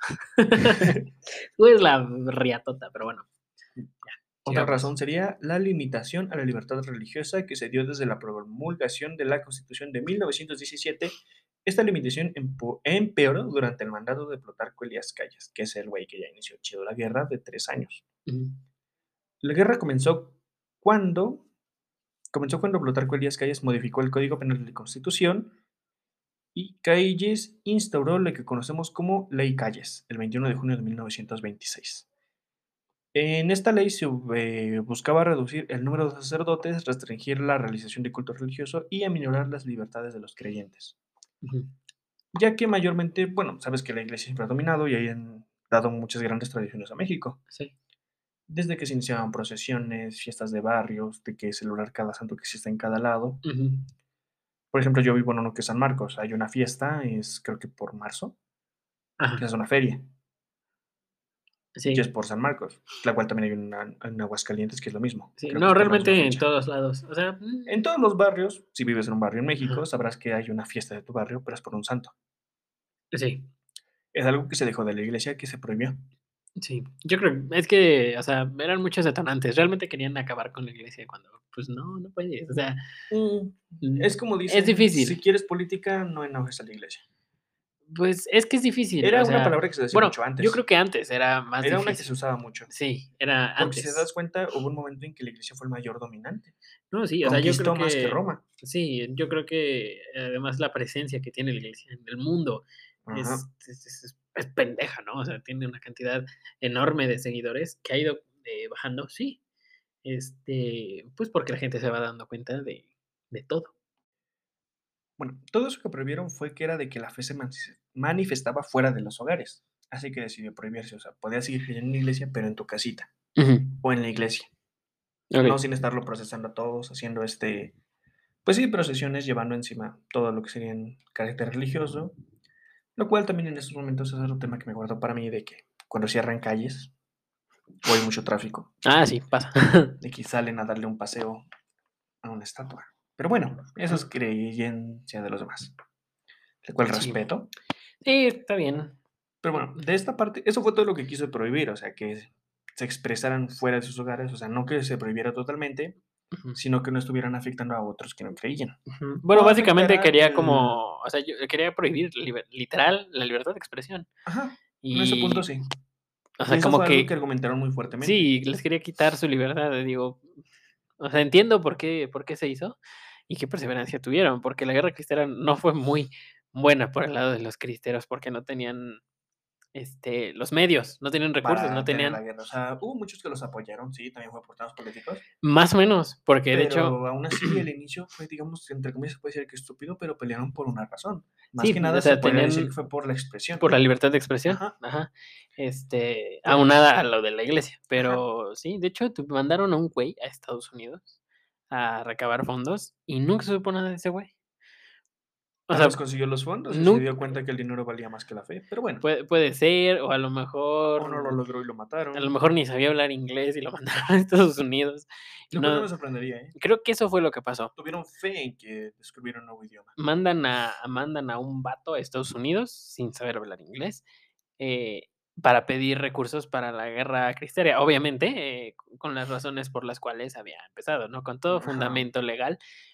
Tú eres la riatota, pero bueno, Otra sigamos. razón sería la limitación a la libertad religiosa que se dio desde la promulgación de la Constitución de mil novecientos diecisiete Esta limitación empo- empeoró durante el mandato de Plutarco Elías Calles, que es el güey que ya inició chido la guerra de tres años. Ujú. La guerra comenzó cuando comenzó cuando Plutarco Elías Calles modificó el Código Penal de la Constitución y Calles instauró lo que conocemos como Ley Calles, el veintiuno de junio de mil novecientos veintiséis. En esta ley se eh, buscaba reducir el número de sacerdotes, restringir la realización de culto religioso y aminorar las libertades de los creyentes. Ujú. Ya que mayormente, bueno, sabes que la iglesia siempre ha dominado y han dado muchas grandes tradiciones a México. Sí. Desde que se iniciaban procesiones, fiestas de barrios, de que celebrar cada santo que existe en cada lado. Ujú. Por ejemplo, yo vivo en uno que es San Marcos. Hay una fiesta, es creo que por marzo, que Ajá. es una feria, y es Sí. por San Marcos, la cual también hay una en Aguascalientes que es lo mismo, Sí. creo que No, es por la misma realmente en fecha. todos lados. O sea, mm, En todos los barrios, si vives en un barrio en México, ajá. sabrás que hay una fiesta de tu barrio, pero es por un santo. Sí. Es algo que se dejó de la iglesia, que se prohibió. Sí. Yo creo es que, o sea, eran muchos detonantes. Realmente querían acabar con la iglesia cuando, pues no, no puedes. O sea, Mm, mm, es como es dicen, si difícil. quieres política, no enojes a la iglesia. Pues es que es difícil. Era O una sea, palabra que se decía bueno, mucho yo creo antes. que antes era más Era una que se difícil. usaba mucho. Sí, era Porque si te das antes. cuenta, hubo un momento en que la iglesia fue el mayor dominante. No, sí, o sea, yo creo Conquistó más que que Roma. sí, yo creo que además la presencia que tiene la iglesia en el mundo Ajá. es es es es es pendeja, ¿no? O sea, tiene una cantidad enorme de seguidores que ha ido, eh, bajando, sí, este, pues, porque la gente se va dando cuenta de de todo. Bueno, todo eso que prohibieron fue que era de que la fe se mansi- manifestaba fuera de los hogares. Así que decidió prohibirse. O sea, podías seguir creyendo en la iglesia, pero en tu casita Ujú. o en la iglesia. No Okey. sin estarlo procesando a todos, haciendo este, pues sí, procesiones, llevando encima todo lo que sería en carácter religioso. Lo cual también en estos momentos es otro tema que me guardo para mí de que cuando cierran calles o hay mucho tráfico, Ah, sí, pasa. de que salen a darle un paseo a una estatua. Pero bueno, eso es Ujú. creencia de los demás, el cual Sí. respeto. Sí, está bien. Pero bueno, de esta parte, eso fue todo lo que quiso prohibir, o sea, que se expresaran fuera de sus hogares, o sea, no que se prohibiera totalmente, Ujú. sino que no estuvieran afectando a otros que no creían. Ujú. O Bueno, básicamente afectaran quería el... como, o sea, yo quería prohibir liber literal la libertad de expresión. Ajá, en ese punto Y, sí. o Y sea, eso como fue algo que que argumentaron muy fuertemente. sí, les quería quitar su libertad, digo, o sea, entiendo por qué por qué se hizo y qué perseverancia tuvieron, porque la guerra cristera no fue muy buena por el lado de los cristeros, porque no tenían, este, los medios, no tenían recursos, no Para tener la tenían guerra. O sea, hubo muchos que los apoyaron, sí, también fue por temas políticos, más o menos, porque de hecho pero aún así el inicio fue, digamos, entre comillas se puede decir que estúpido, pero pelearon por una razón. Más que sí, o nada se sea, podría decir que tenían fue por la expresión. por la libertad de expresión, Ajá, ajá, este, por, aunada a lo de la iglesia, ajá. pero sí, de hecho, tu mandaron a un güey a Estados Unidos a recabar fondos y nunca se supo nada de ese güey. O Tal vez sea, consiguió los fondos y se nun dio cuenta que el dinero valía más que la fe, pero bueno, puede puede ser, o a lo o no lo mejor logró y lo a lo mataron. mejor ni sabía hablar inglés y lo mandaron a Estados Unidos, y Lo cual no no me sorprendería, ¿eh? creo que eso fue lo que pasó. Tuvieron fe en que descubrieron un nuevo idioma. Mandan a mandan a un vato a Estados Unidos sin saber hablar inglés, eh, para pedir recursos para la guerra cristera. Obviamente, eh, con las razones por las cuales había empezado, ¿no? Con todo Ajá, fundamento legal.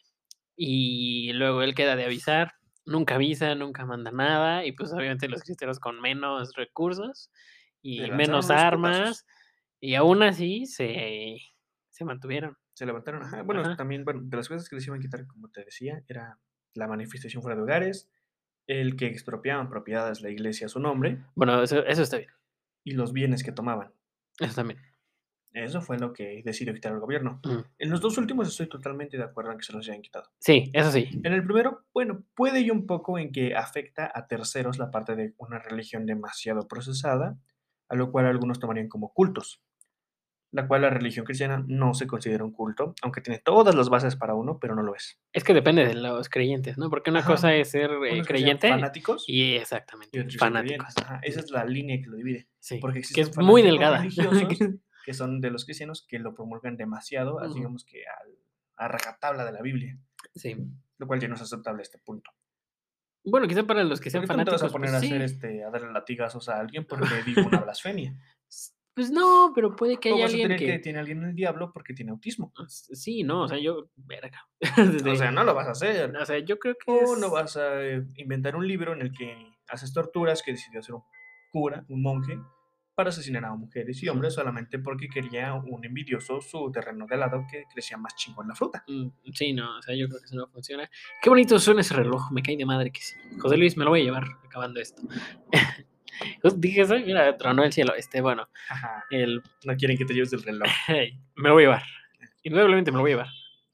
Y luego él queda de avisar, nunca avisa, nunca manda nada, y pues obviamente los cristeros con menos recursos le y lanzaron menos unos putazos. armas, y aún así se se mantuvieron. Se levantaron, ajá. Bueno, Ajá. también, bueno, de las cosas que les iban a quitar, como te decía, era la manifestación fuera de hogares, el que expropiaban propiedades la iglesia a su nombre Bueno, eso eso está bien, y los bienes que tomaban. eso también. Eso fue lo que decidió quitar el gobierno. Ujú. En los dos últimos estoy totalmente de acuerdo en que se los hayan quitado. Sí, eso sí. En el primero, bueno, puede y un poco en que afecta a terceros la parte de una religión demasiado procesada, a lo cual algunos tomarían como cultos, la cual la religión cristiana no se considera un culto, aunque tiene todas las bases para uno, pero no lo es. Es que depende de los creyentes, ¿no? Porque una Ajá, cosa es ser, eh, unos que sean creyente fanáticos y y exactamente, otros sean fanáticos. creyentes. Ajá, esa es la línea que lo divide. Sí, Porque que existen es muy fanáticos delgada. religiosos que son de los cristianos que lo promulgan demasiado, así Ujú. digamos que al, a rajatabla de la Biblia, Sí. lo cual ya no es aceptable a este punto. Bueno, quizá para los que sean Porque tú no te vas a fanáticos, poner pues a hacer sí. este, a darle latigazos a alguien porque dijo una blasfemia. Pues no, pero puede que ¿Cómo haya vas a alguien tener que que... tiene alguien el diablo porque tiene autismo? s- Sí, no, o sea, yo... Verga. O Desde- sea, no lo vas a hacer. o sea, yo creo que O no es... vas a eh, inventar un libro en el que haces torturas que decidió hacer un cura, un monje, para asesinar a mujeres y Ujú. hombres solamente porque quería un envidioso su terreno de lado que crecía más chingón la fruta. Mm, Sí, no, o sea, yo creo que eso no funciona. Qué bonito suena ese reloj, me cae de madre que sí. José Luis, me lo voy a llevar acabando esto. Pues dije eso, y mira, tronó el cielo. Este, bueno, Jaja, el, no quieren que te lleves el reloj. hey, me lo voy a llevar. Indudablemente me lo voy a llevar.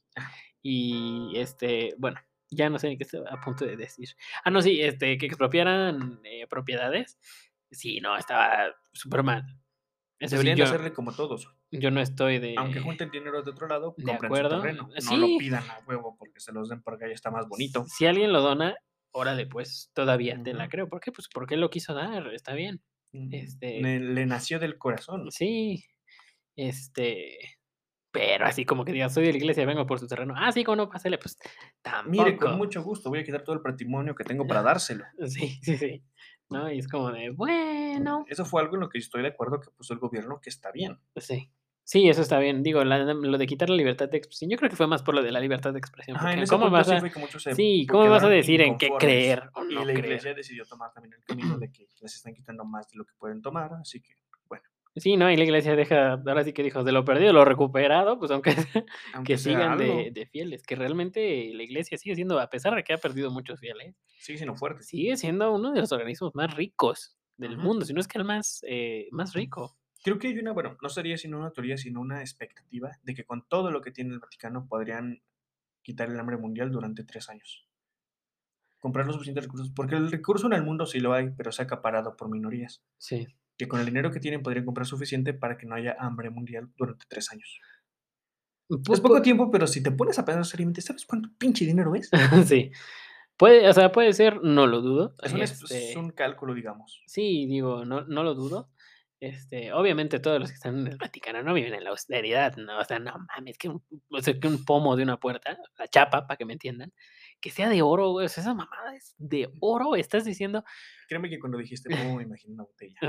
Y este, bueno, ya no sé ni qué estoy a punto de decir. Ah, no, sí, este, que expropiaran eh, propiedades. Sí, no, estaba súper mal. Eso sí, Deberían de yo, hacerle como todos. yo no estoy Aunque de, junten dinero de otro lado, de compren su acuerdo. terreno. No lo Sí, pidan a huevo porque se los den porque ahí está más bonito. si alguien lo dona, órale, pues todavía te la Ujú. creo. ¿Por qué? Pues porque él lo quiso dar, está bien. Mm, Este, Le, le nació del corazón. sí, este, pero así como que digas, soy de la iglesia, vengo por su terreno. Ah, sí, ¿cómo no? Pásale, pues Mire, con tampoco. mucho gusto voy a quitar todo el patrimonio que tengo para dárselo. Sí, sí, sí. ¿No? Y es como de, bueno, Eso fue algo en lo que estoy de acuerdo que puso el gobierno que está bien. pues sí. Sí, eso está bien. Digo, la- lo de quitar la libertad de expresión, yo creo que fue más por lo de la libertad de expresión, Ajá, en porque ese ¿cómo punto vas sí a, fue que muchos se sí, pues, ¿cómo vas a quedaron decir en qué inconformes. creer o Y no la creer? iglesia decidió tomar también el camino de que les están quitando más de lo que pueden tomar, así que, bueno, Sí, no, y la iglesia deja, ahora sí que dijo, de lo perdido, lo recuperado, pues aunque sea, que aunque sea sigan de, algo, de fieles, que realmente la iglesia sigue siendo, a pesar de que ha perdido muchos fieles, sigue siendo fuerte. sigue siendo uno de los organismos más ricos del Ujú. mundo, si no es que el más, eh, más rico. Creo que hay una, bueno, no sería sino una teoría, sino una expectativa de que con todo lo que tiene el Vaticano podrían quitar el hambre mundial durante tres años. Comprar los suficientes recursos, porque el recurso en el mundo sí lo hay, pero se ha acaparado por minorías. Sí. Que con el dinero que tienen podrían comprar suficiente para que no haya hambre mundial durante tres años. Pu- Es poco pu- tiempo, pero si te pones a pensar seriamente, ¿sabes cuánto pinche dinero es? sí. Puede, o sea, puede ser, no lo dudo. Es un, es es Este, un cálculo, digamos. sí, digo, no, no lo dudo. Este, obviamente todos los que están en el Vaticano no viven en la austeridad, ¿no? O sea, no mames, que un, o sea, que un pomo de una puerta, la chapa, para que me entiendan, que sea de oro, güey. O sea, esa mamada es de oro, estás diciendo. Créeme que cuando dijiste pomo me imaginé una botella.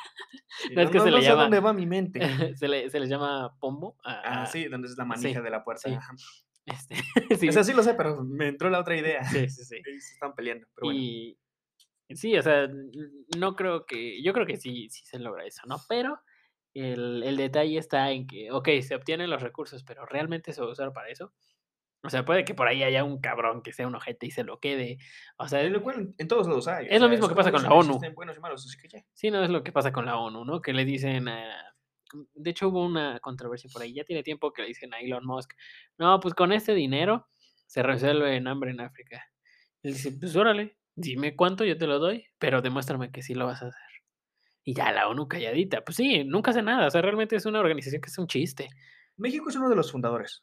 Sí, No, es no, que no, se no le sé a llama, dónde va mi mente. se le, se le llama pombo Ah, a, a- sí, donde es la manija sí, de la puerta. sí, Ajá. este, O sí, sea, sí lo sé, pero me entró la otra idea. sí, sí, sí. Ahí se están peleando, pero bueno. Y sí, o sea, n- no creo que, yo creo que sí, sí se logra eso, ¿no? Pero el, el detalle está en que, ok, se obtienen los recursos, pero ¿realmente se va a usar para eso? O sea, puede que por ahí haya un cabrón que sea un ojete y se lo quede. O sea, En lo cual en todos lados hay, o es lo sea, mismo es que como pasa con la dicen, ONU. existen buenos y malos, así que ya. Sí, no es lo que pasa con la ONU, ¿no? Que le dicen a... De hecho, hubo una controversia por ahí, ya tiene tiempo que le dicen a Elon Musk, no, pues con este dinero se resuelve el hambre en África. Él dice, pues órale, dime cuánto, yo te lo doy, pero demuéstrame que sí lo vas a hacer. Y ya la ONU calladita, pues sí, nunca hace nada, o sea, realmente es una organización que es un chiste, México es uno de los fundadores.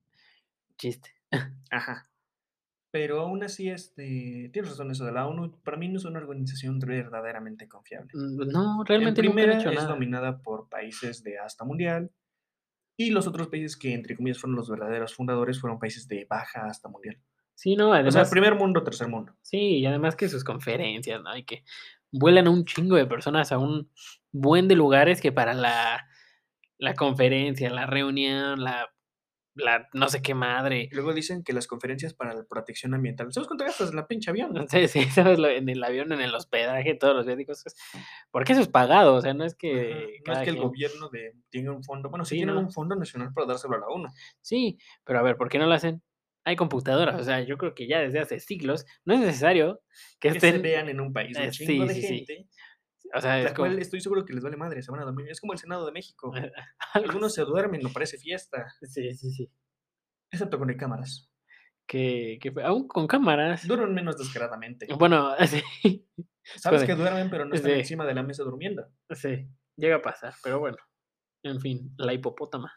chiste. Ajá. Pero aún así, este, tienes razón eso de la ONU, para mí no es una organización verdaderamente confiable. Mm, No, En realmente nunca han primera, hecho es nada. dominada por países de hasta mundial y los otros países que, entre comillas, fueron los verdaderos fundadores fueron países de baja hasta mundial. Sí, no, O sea, además, primer mundo, tercer mundo. sí, y además que sus conferencias, ¿no? Y que vuelan un chingo de personas a un buen de lugares que para la, la conferencia, la reunión, la, la no sé qué madre. Y luego dicen que las conferencias para la protección ambiental, ¿sabes cuánto gastas en la pinche avión? Sí, sí, sabes, lo- en el avión, en el hospedaje, todos los médicos. Porque eso es pagado, o sea, no es Ajá. que No es cada que el quien. gobierno de, tenga un fondo, bueno, sí Sí, tienen no. un fondo nacional para dárselo a la ONU. Sí, pero a ver, ¿por qué no lo hacen? Hay computadoras, o sea, yo creo que ya desde hace siglos no es necesario que Que se estén. vean en un país un eh, chingo sí, de sí, sí. gente, O sea, es la cual como. estoy seguro que les vale madre, se van a dormir. Es como el Senado de México. Algo Algunos así. se duermen, no parece fiesta, Sí, sí, sí. excepto con el cámaras. Que, que fue- aún con cámaras. Duermen menos descaradamente. Bueno, sí. Es como Sabes de- que duermen, pero no están sí, encima de la mesa durmiendo. sí, llega a pasar, pero bueno, en fin, la hipopótama.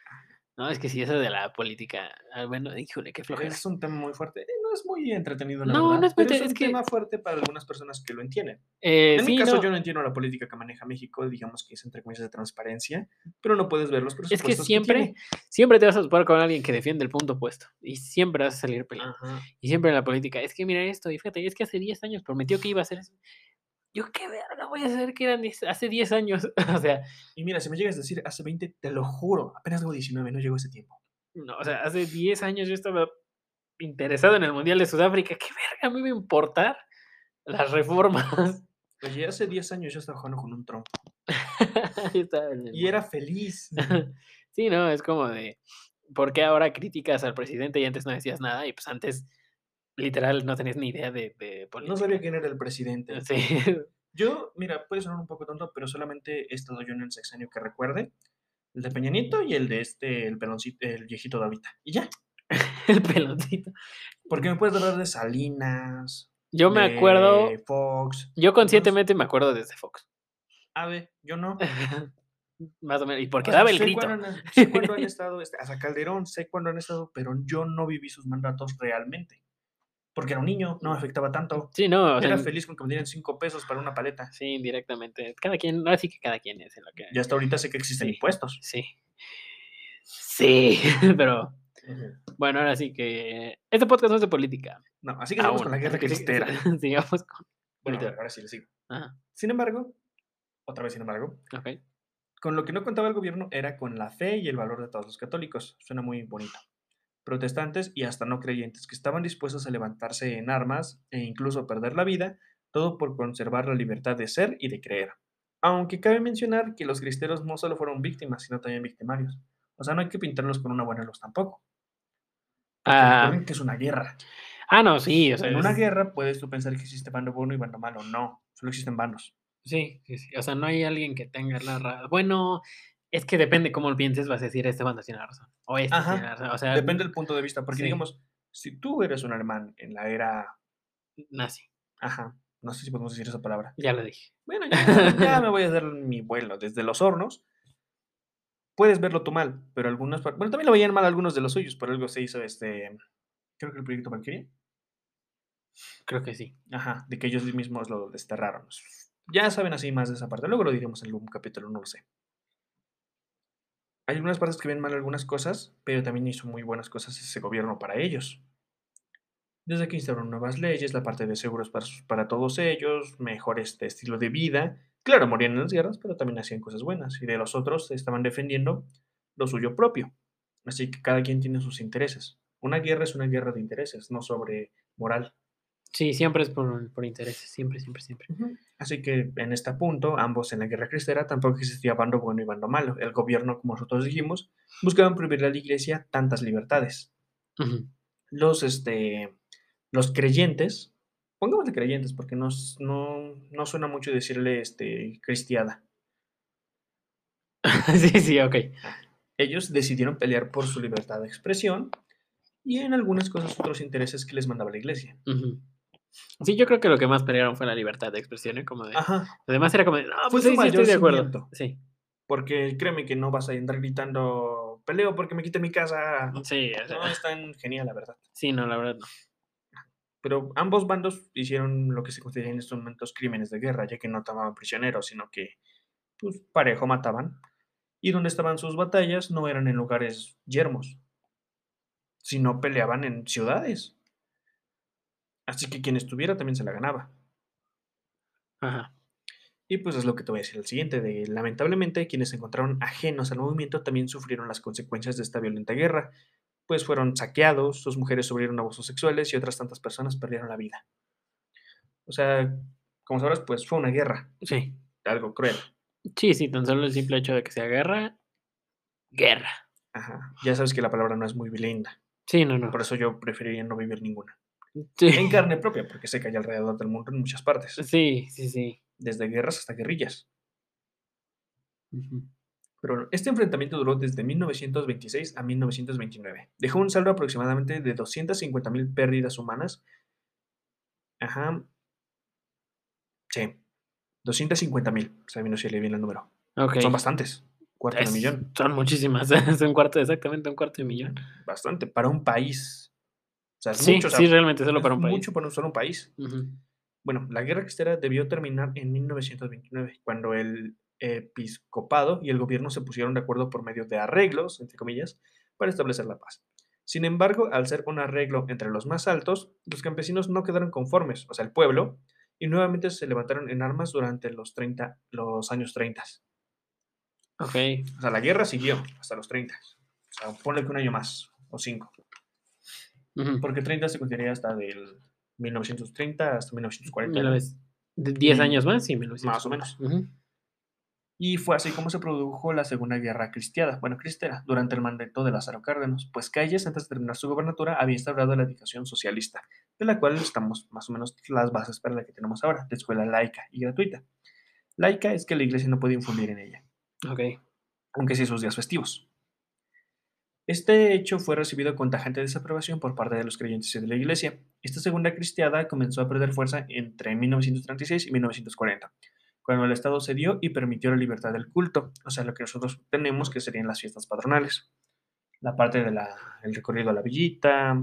No, es que sí, eso de la política, ah, bueno, híjole, qué flojera. Es un tema muy fuerte. Eh, No es muy entretenido, la No, no verdad, es muy, pero es te- es un que, tema fuerte para algunas personas que lo entienden. eh, En mi sí, caso, no, yo no entiendo la política que maneja México, digamos que es entre comillas de transparencia, pero no puedes ver los es que presupuestos que siempre, tiene. siempre te vas a topar con alguien que defiende el punto opuesto y siempre vas a salir peleando. Ajá. Y siempre en la política, es que mira esto, y fíjate, es que hace diez años prometió que iba a hacer eso. Yo qué verga voy a saber que eran diez hace diez años. O sea, Y mira, si me llegas a decir hace veinte, te lo juro, apenas tengo diecinueve, no llegó ese tiempo. no, o sea, hace diez años yo estaba interesado en el Mundial de Sudáfrica. ¿Qué verga me iba a importar las reformas? Oye, hace diez años yo estaba jugando con un trompo Yo estaba en el y era Mundial. feliz. Sí, no, es como de, ¿por qué ahora criticas al presidente y antes no decías nada? Y pues antes, literal, no tenías ni idea de, de No sabía política. quién era el presidente. Sí, Yo, mira, puede sonar un poco tonto, pero solamente he estado yo en el sexenio que recuerde. El de Peña Nieto y el de este, el peloncito, el viejito Davita. Y ya. el peloncito. Porque me puedes hablar de Salinas, Yo me acuerdo, de Fox, yo algunos. conscientemente me acuerdo desde Fox. A ver, yo no. Más o menos, y porque O sea, daba el sé grito. cuándo han, sé cuándo han estado, este, hasta Calderón, sé cuándo han estado, pero yo no viví sus mandatos realmente. Porque era un niño, no me afectaba tanto. Sí, no, o Yo sea, era feliz con que me dieran cinco pesos para una paleta. sí, indirectamente. Cada quien, ahora sí que cada quien es en lo que. Y hasta ahorita sé que existen Sí, impuestos. sí, sí, pero Ujú. bueno, ahora sí que este podcast no es de política, No, así que sigamos con la aún, así guerra que sí, cristera. sigamos con Bueno, a literal. ver, ahora sí le sigo. Ajá, Sin embargo, otra vez sin embargo, okey. con lo que no contaba el gobierno era con la fe y el valor de todos los católicos. Suena muy bonito. Protestantes y hasta no creyentes que estaban dispuestos a levantarse en armas e incluso perder la vida, todo por conservar la libertad de ser y de creer. Aunque cabe mencionar que los cristeros no solo fueron víctimas, sino también victimarios. O sea, no hay que pintarlos con una buena luz tampoco, porque Ah, recuerden que es una guerra. ah, no, sí, o sea, En una es guerra puedes tú pensar que existe bando bueno y bando malo. No, solo existen bandos. sí, sí, sí, o sea, no hay alguien que tenga la ra bueno, es que depende cómo lo pienses, vas a decir: "Este bando tiene la razón", o "Este tiene la Ajá, razón", o sea, depende mm, del punto de vista, porque sí, digamos, si tú eres un alemán en la era, nazi, ajá, no sé si podemos decir esa palabra. ya lo dije. Bueno, ya, ya me voy a hacer mi vuelo desde los hornos. Puedes verlo tú mal, pero algunos, bueno, también lo veían mal algunos de los suyos, por algo se hizo este, creo que el proyecto Valkyrie, Creo que sí. ajá, de que ellos mismos lo desterraron. Ya saben así más de esa parte, luego lo diremos en algún capítulo, no lo sé. Hay algunas partes que ven mal algunas cosas, pero también hizo muy buenas cosas ese gobierno para ellos. Desde que instauró nuevas leyes, la parte de seguros para, sus- para todos ellos, mejor este estilo de vida. Claro, morían en las guerras, pero también hacían cosas buenas. Y de los otros estaban defendiendo lo suyo propio. Así que cada quien tiene sus intereses. Una guerra es una guerra de intereses, no sobre moral. Sí, siempre es por por intereses, siempre, siempre, siempre. Ujú. Así que en este punto, ambos en la guerra cristera, tampoco existía bando bueno y bando malo. El gobierno, como nosotros dijimos, buscaban prohibirle a la iglesia tantas libertades. Ujú. Los, este, los creyentes, pongámosle creyentes porque no, s- no, no suena mucho decirle este, cristiada. Sí, sí, okey. Ah, ellos decidieron pelear por su libertad de expresión y en algunas cosas otros intereses que les mandaba la iglesia. Ujú. Sí, yo creo que lo que más pelearon fue la libertad de expresión, ¿eh? Como de Ajá, lo demás era como de: "No, fue pues su sí, sí estoy mayor de acuerdo". cimiento, Sí, porque créeme que no vas a andar gritando, peleo porque me quiten mi casa. sí, o sea, No es tan genial, la verdad. sí, no, la verdad no. Pero ambos bandos hicieron lo que se considera en estos momentos crímenes de guerra, ya que no tomaban prisioneros, sino que, pues, parejo mataban. Y donde estaban sus batallas no eran en lugares yermos, sino peleaban en ciudades. Así que quien estuviera también se la ganaba. Ajá, Y pues es lo que te voy a decir al siguiente, de lamentablemente quienes se encontraron ajenos al movimiento también sufrieron las consecuencias de esta violenta guerra, pues fueron saqueados, sus mujeres sufrieron abusos sexuales y otras tantas personas perdieron la vida. O sea, como sabrás, pues fue una guerra, sí. algo cruel. Sí, sí, tan solo el simple hecho de que sea guerra, guerra. Ajá, ya sabes que la palabra no es muy linda, Sí, no, no. por eso yo preferiría no vivir ninguna. Sí, En carne propia, porque sé que hay alrededor del mundo en muchas partes, sí, sí, sí. desde guerras hasta guerrillas. Ujú. Pero este enfrentamiento duró desde mil novecientos veintiséis a mil novecientos veintinueve. Dejó un saldo aproximadamente de doscientas cincuenta mil pérdidas humanas. Ajá, sí, doscientas cincuenta mil. O sea, no sé si leí bien el número. Son Okey. bastantes. Cuarto de Es millón. son muchísimas, es un cuarto, exactamente un cuarto de millón. Ujú, bastante. Para un país. O sea, es mucho. Sí, O sí, sea, realmente solo para es un mucho país. para un solo un país. Ujú. Bueno, la guerra cristera debió terminar en mil novecientos veintinueve, cuando el episcopado y el gobierno se pusieron de acuerdo por medio de arreglos, entre comillas, para establecer la paz. Sin embargo, al ser un arreglo entre los más altos, los campesinos no quedaron conformes, o sea, el pueblo, y nuevamente se levantaron en armas durante los treinta, los años treinta. Ok. O sea, la guerra siguió hasta los treinta. O sea, ponle que un año más, o cinco. Ujú. Porque treinta se consideraría hasta del mil novecientos treinta hasta mil novecientos cuarenta, Mil ¿no? novecientos de diez Y años más y mil novecientos más o cuarenta. menos. Ujú. Y fue así como se produjo la Segunda Guerra Cristiana, bueno, cristera, durante el mandato de Lázaro Cárdenas, pues Calles, antes de terminar su gobernatura, había instaurado la educación socialista, de la cual estamos más o menos las bases para la que tenemos ahora, de escuela laica y gratuita. Laica es que la iglesia no puede infundir en ella, Ok. aunque sí sus días festivos. Este hecho fue recibido con tajante desaprobación por parte de los creyentes de la iglesia. Esta segunda cristiada comenzó a perder fuerza entre mil novecientos treinta y seis y mil novecientos cuarenta, cuando el Estado cedió y permitió la libertad del culto, o sea, lo que nosotros tenemos que serían las fiestas patronales. La parte del recorrido a la villita,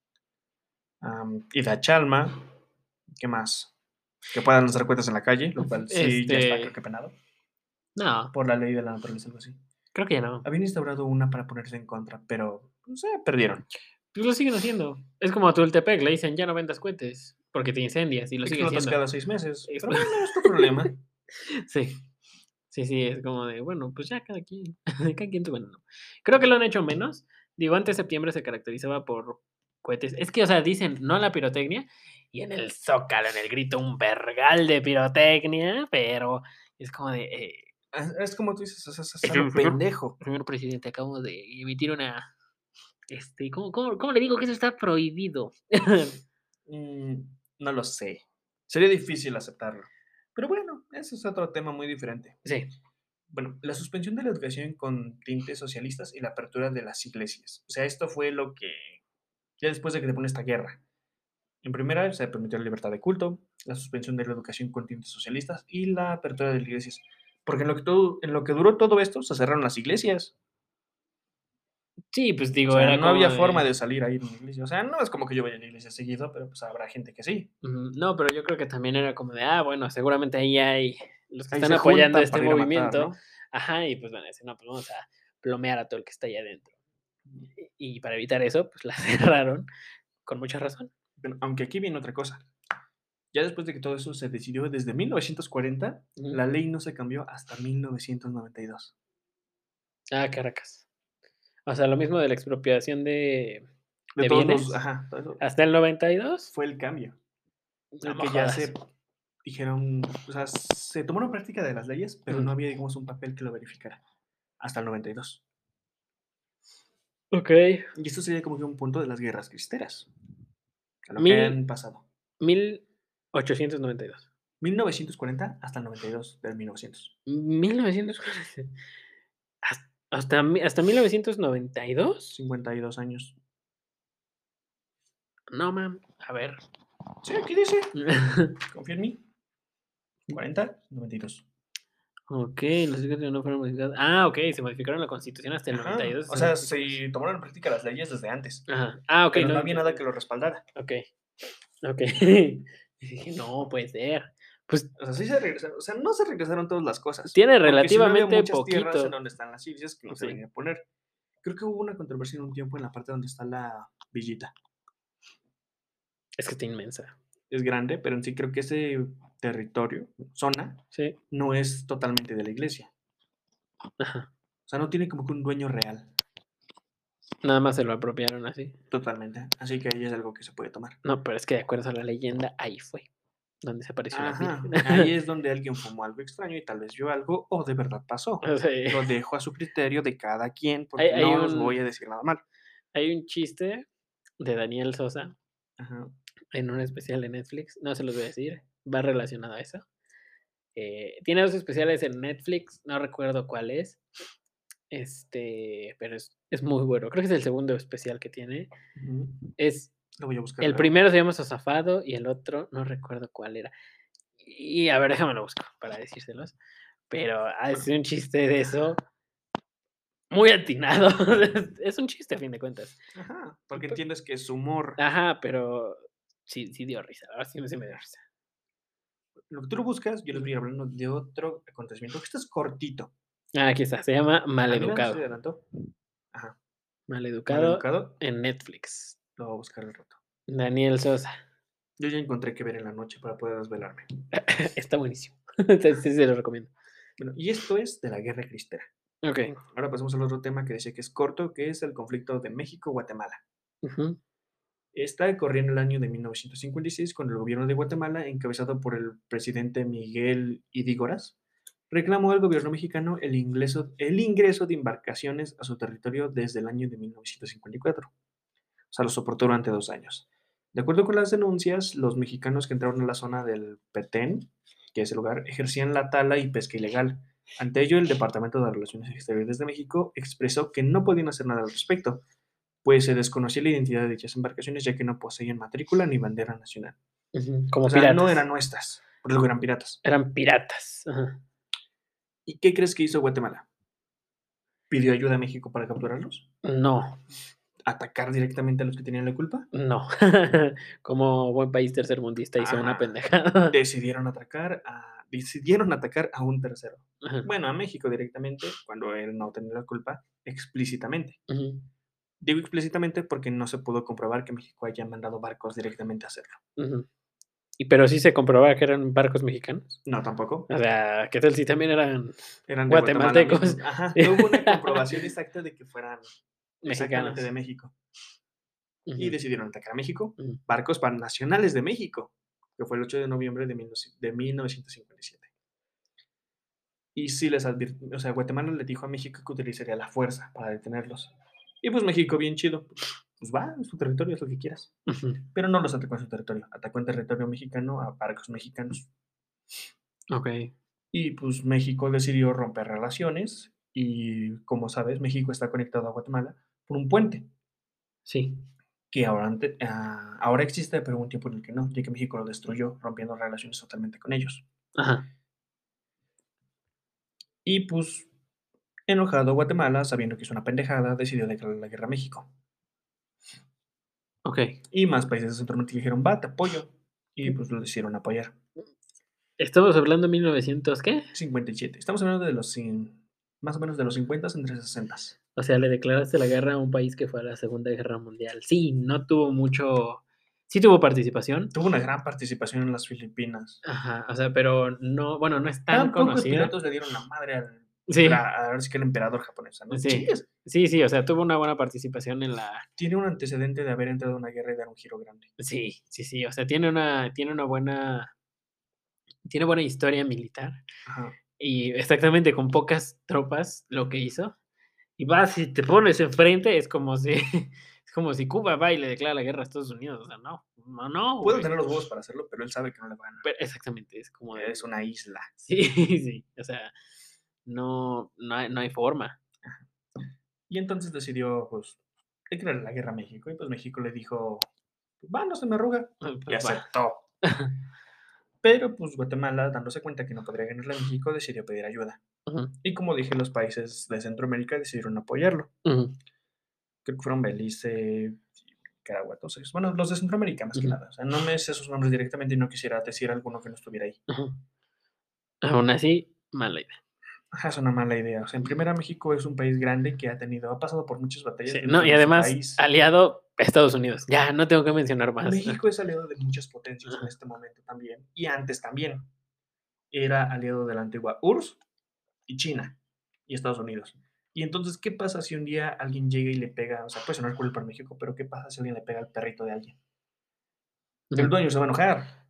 um, ir a Chalma, ¿qué más? Que puedan lanzar cuentas en la calle, lo cual sí ya está, creo Este. que penado, No, por la ley de la naturaleza, algo así. creo que ya no. Habían instaurado una para ponerse en contra, pero no sé, perdieron. Pues lo siguen haciendo. Es como a Tultepec, le dicen ya no vendas cohetes porque te incendias y lo sigue Explotas haciendo. cada seis meses, Es- pero bueno, es tu problema. Sí, sí, sí, es como de, bueno, pues ya cada quien, cada quien tu veneno. Creo que lo han hecho menos. Digo, antes septiembre se caracterizaba por cohetes. Es que, o sea, dicen no a la pirotecnia y en el Zócalo, en el grito, un vergal de pirotecnia, pero es como de, eh, Es es como tú dices, o sea, es eh, a lo señor, pendejo. señor presidente, acabo de emitir una, este, ¿cómo, cómo, cómo le digo que eso está prohibido? Mm, no lo sé. Sería difícil aceptarlo. Pero bueno, ese es otro tema muy diferente. Sí, Bueno, la suspensión de la educación con tintes socialistas y la apertura de las iglesias. O sea, esto fue lo que, ya después de que te pone esta guerra. En primera, se permitió la libertad de culto, la suspensión de la educación con tintes socialistas y la apertura de las iglesias. Porque en lo que, todo, en lo que duró todo esto, se cerraron las iglesias. sí, pues O digo, sea, era no como había forma de... de salir a ir a una iglesia. O sea, no es como que yo vaya a la iglesia seguido, pero pues habrá gente que sí. Ujú. No, pero yo creo que también era como de, ah, bueno, seguramente ahí hay los que Ahí están se apoyando juntan este para ir a matar, movimiento. ¿no? Ajá, y pues van a decir, no, pues vamos a plomear a todo el que está allá adentro. Y y para evitar eso, pues la cerraron con mucha razón. Pero, aunque aquí viene otra cosa. Ya después de que todo eso se decidió desde mil novecientos cuarenta, Ujú. la ley no se cambió hasta mil novecientos noventa y dos. Ah, Caracas. O sea, lo mismo de la expropiación de, De de todos los, bienes ajá, todo eso hasta el noventa y dos. fue el cambio. No El me que ya jodas. se dijeron, o sea, se tomaron práctica de las leyes, pero Ujú. no había, digamos, un papel que lo verificara. Hasta el noventa y dos. Ok. Y esto sería como que un punto de las guerras cristeras, a lo que Mil, han pasado. mil ochocientos noventa y dos. mil novecientos cuarenta hasta el noventa y dos del mil novecientos. mil novecientos. ¿Has- ¿Hasta, mi- hasta mil novecientos noventa y dos? cincuenta y dos años. No, mam. A ver. Sí, aquí dice. Confía en mí. cuarenta, noventa y dos. Ok, los hijos no fueron modificados. Ah, ok, se modificaron la constitución hasta el noventa y Ajá. dos. O Eso no sea, sé cómo es. se tomaron en práctica las leyes desde antes, Ajá. Ah, ok, pero no. no había nada Entonces, que lo respaldara. ok, ok. Y dije, no puede ser. Pues O sea, sí se regresaron, o sea, no se regresaron todas las cosas, tiene porque si no había relativamente muchas tierras en poquito. donde están las iglesias que no se Sí. venía a poner. Creo que hubo una controversia en un tiempo en la parte donde está la villita. Es que está inmensa. Es grande, pero en sí creo que ese territorio, zona, Sí. no es totalmente de la iglesia. Ajá. O sea, no tiene como que un dueño real, Nada más se lo apropiaron así. totalmente. Así que ahí es algo que se puede tomar. No, pero es que de acuerdo a la leyenda, ahí fue donde se apareció la Ajá, Virgen. ahí es donde alguien fumó algo extraño y tal vez vio algo o de verdad pasó. Sí. Lo dejo a su criterio de cada quien Hay, porque hay no os voy un, a decir nada mal. hay un chiste de Daniel Sosa Ajá. en un especial de Netflix. No se los voy a decir. Va relacionado a eso. Eh, tiene dos especiales en Netflix. No recuerdo cuál es. Este, pero es, es muy bueno. Creo que es el segundo especial que tiene. Ujú. Es Lo voy a buscar el luego. primero se llama Sosafado y el otro no recuerdo cuál era. Y a ver, déjame lo busco para decírselos. Pero hace un chiste de eso muy atinado. Es un chiste a fin de cuentas. Ajá, porque entiendes que es humor. Ajá, pero sí, sí dio risa. Ahora sí, sí me dio risa. Lo que tú lo buscas, yo les voy a ir hablando de otro acontecimiento. Este es cortito. Ah, aquí está. Se llama Ah, mira, se Maleducado. adelantó. Ajá. Mal Maleducado educado, en Netflix. lo voy a buscar al rato. Daniel Sosa. Yo ya encontré que ver en la noche para poder desvelarme. Está buenísimo. Sí, sí, se lo recomiendo. Bueno, y esto es de la Guerra Cristera. Ok. Ahora pasamos al otro tema que decía que es corto, que es el conflicto de México-Guatemala. Ujú. Esta corría en el año de mil novecientos cincuenta y seis, cuando el gobierno de Guatemala, encabezado por el presidente Miguel Ydígoras, reclamó al gobierno mexicano el ingreso, el ingreso de embarcaciones a su territorio desde el año de mil novecientos cincuenta y cuatro. O sea, lo soportó durante dos años. De acuerdo con las denuncias, los mexicanos que entraron a la zona del Petén, que es el lugar, ejercían la tala y pesca ilegal. Ante ello, el Departamento de Relaciones Exteriores de México expresó que no podían hacer nada al respecto, pues se desconocía la identidad de dichas embarcaciones ya que no poseían matrícula ni bandera nacional. Ujú. Como O sea, no piratas. eran nuestras, por eso eran piratas. Eran piratas. Ajá. ¿Y qué crees que hizo Guatemala? ¿Pidió ayuda a México para capturarlos? No, ¿Atacar directamente a los que tenían la culpa? no. Como buen país tercermundista hizo una Ajá. pendejada. Decidieron atacar a, decidieron atacar a un tercero. Ajá. Bueno, a México directamente, cuando él no tenía la culpa, explícitamente. Ujú. Digo explícitamente porque no se pudo comprobar que México haya mandado barcos directamente a hacerlo. Ujú. Y pero sí se comprobaba que eran barcos mexicanos. No, tampoco. O sea, ¿qué tal si también eran Eran de Guatemala guatemaltecos? mismos. Ajá, no hubo una comprobación exacta de que fueran exactamente Mexicanos. de México. Y Ujú, decidieron atacar a México. ujú. Barcos pan- nacionales de México, que fue el ocho de noviembre de, mil novecientos de mil novecientos cincuenta y siete. Y sí les advirtió, o sea, Guatemala le dijo a México que utilizaría la fuerza para detenerlos. Y pues México, bien chido, pues va, es su territorio, es lo que quieras. Ujú. Pero no los atacó en su territorio, atacó en territorio mexicano a barcos mexicanos. Okey. Y pues México decidió romper relaciones y, como sabes, México está conectado a Guatemala por un puente Sí. que ahora, ante- ah, ahora existe, pero hubo un tiempo en el que no, ya que México lo destruyó, rompiendo relaciones totalmente con ellos. Ajá. Y pues, enojado Guatemala, sabiendo que es una pendejada, decidió declarar la guerra a México. Okey. Y más países de Centroamérica dijeron, va, te apoyo. Y pues lo decidieron apoyar. Estamos hablando mil novecientos, ¿qué? cincuenta y siete. Estamos hablando de los, cin- más o menos de los cincuenta entre sesenta. O sea, le declaraste la guerra a un país que fue a la Segunda Guerra Mundial. Sí, no tuvo mucho sí tuvo participación. Tuvo una gran participación en las Filipinas. Ajá, o sea, pero no, bueno, no es tan Tan pocos conocida. pilotos le dieron la madre al, Sí, a, a ver si que el emperador japonés, ¿no? sí. Chingues. Sí, sí, o sea, tuvo una buena participación en la Tiene un antecedente de haber entrado en una guerra y dar un giro grande. sí, sí, sí, o sea, tiene una tiene una buena tiene buena historia militar. Ajá. Y exactamente con pocas tropas lo que hizo. Y vas y te pones enfrente, es como si es como si Cuba va y le declara la guerra a Estados Unidos, o sea, no, no, no, Puede güey. tener los huevos para hacerlo, pero él sabe que no le va a ganar. Pe exactamente, es como de Es una isla. sí, sí, o sea, no no hay no hay forma. Y entonces decidió, pues, declarar la guerra a México. Y pues México le dijo, pues, va, no se me arruga. Ah, Y pues va. aceptó. Pero pues Guatemala, dándose cuenta que no podría ganarle a México, decidió pedir ayuda. Ujú, Y como dije, los países de Centroamérica decidieron apoyarlo. ujú, Creo que fueron Belice, Nicaragua, entonces, bueno, los de Centroamérica más que ujú, nada. O sea, no me sé sus nombres directamente y no quisiera decir alguno que no estuviera ahí. ujú. Aún así, mala idea. Ajá, es una mala idea. O sea, en primera, México es un país grande que ha tenido, ha pasado por muchas batallas Sí, no, dentro y de su además país. aliado a Estados Unidos. Ya, no tengo que mencionar más. México es aliado de muchas potencias en Ajá, este momento también, y antes también. Era aliado de la antigua U R S S y China y Estados Unidos. Y entonces, ¿qué pasa si un día alguien llega y le pega? O sea, puede sonar cruel para México, pero ¿qué pasa si alguien le pega al perrito de alguien? El ujú. dueño se va a enojar.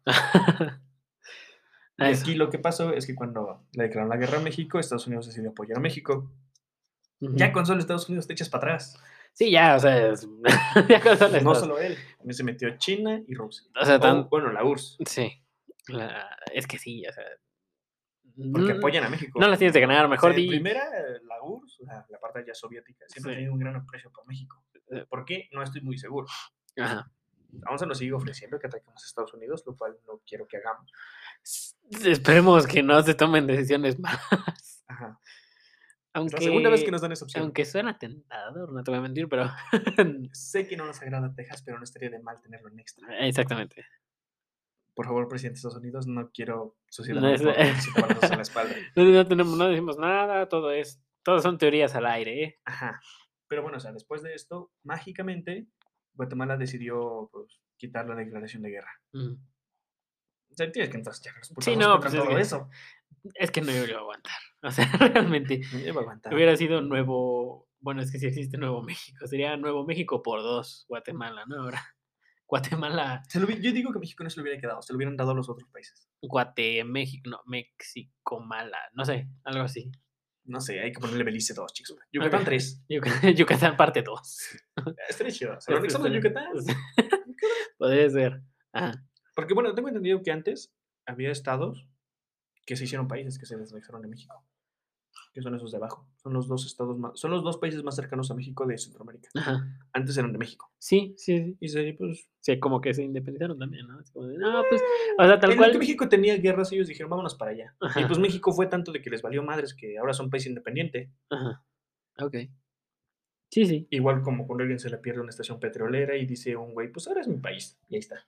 A Y eso. aquí lo que pasó es que cuando le declararon la guerra a México, Estados Unidos decidió apoyar a México. Ya Ujú. con solo Estados Unidos te echas para atrás. Sí, ya, o sea, es ya con solo No Estados solo él, también se metió China y Rusia. o sea, O, tan bueno, la U R S S, sí, la es que sí, o sea, porque mm, apoyan a no México. las tienes de ganar, O mejor sea, en di primera, la U R S S, la, la parte ya soviética, siempre ha sí, tenido un gran aprecio por México. eh, ¿Por qué? No estoy muy seguro. ajá. Aún se nos sigue ofreciendo que ataquemos a Estados Unidos, lo cual no quiero que hagamos. S esperemos que no se tomen decisiones malas. Ajá. Es la segunda vez que Aunque nos dan esa opción. aunque suena tentador, no te voy a mentir, pero Sé que no nos agrada Texas, pero no estaría de mal tenerlo en extra. exactamente. Por favor, presidente de Estados Unidos, no quiero su No es ciudadanía por diecisiete balazos en la espalda. no no tenemos no decimos nada, todo es todo son teorías al aire, ¿eh? Ajá. Pero bueno, o sea, después de esto, mágicamente, Guatemala decidió pues, quitar la declaración de guerra. Mm. O sea, tienes que entonces echar los Sí, putazos no, contra pues es todo que, eso. es que no iba a aguantar. O sea, realmente No iba a aguantar. hubiera sido nuevo. Bueno, es que sí existe Nuevo México. Sería Nuevo México por dos, Guatemala, ¿no? Ahora, Guatemala, Se lo hubi- yo digo que México no se lo hubiera quedado, se lo hubieran dado a los otros países. Guateméxico, no, México Mala, no sé, algo así. No sé, hay que ponerle Belice dos, chicos. Ok. Yucatán tres. Yucatán, Yucatán parte dos. Estaría chido. Se lo Este, anexamos a este, Yucatán. este, podría ser. Ajá. Porque, bueno, tengo entendido que antes había estados que se hicieron países que se desanexaron de México. Que son esos de abajo. Son los dos estados más, son los dos países más cercanos a México de Centroamérica. Ajá. Antes eran de México. Sí, sí, sí. Y se, pues, Sí, como que se independizaron también, ¿no? Es como de, no, pues, o sea, tal en lo que cual. México tenía guerras, ellos dijeron, vámonos para allá. Y Ajá, pues México fue tanto de que les valió madres que ahora son país independiente. ajá. Ok. Sí, sí. Igual como cuando alguien se le pierde una estación petrolera y dice un güey, pues ahora es mi país. Y ahí está.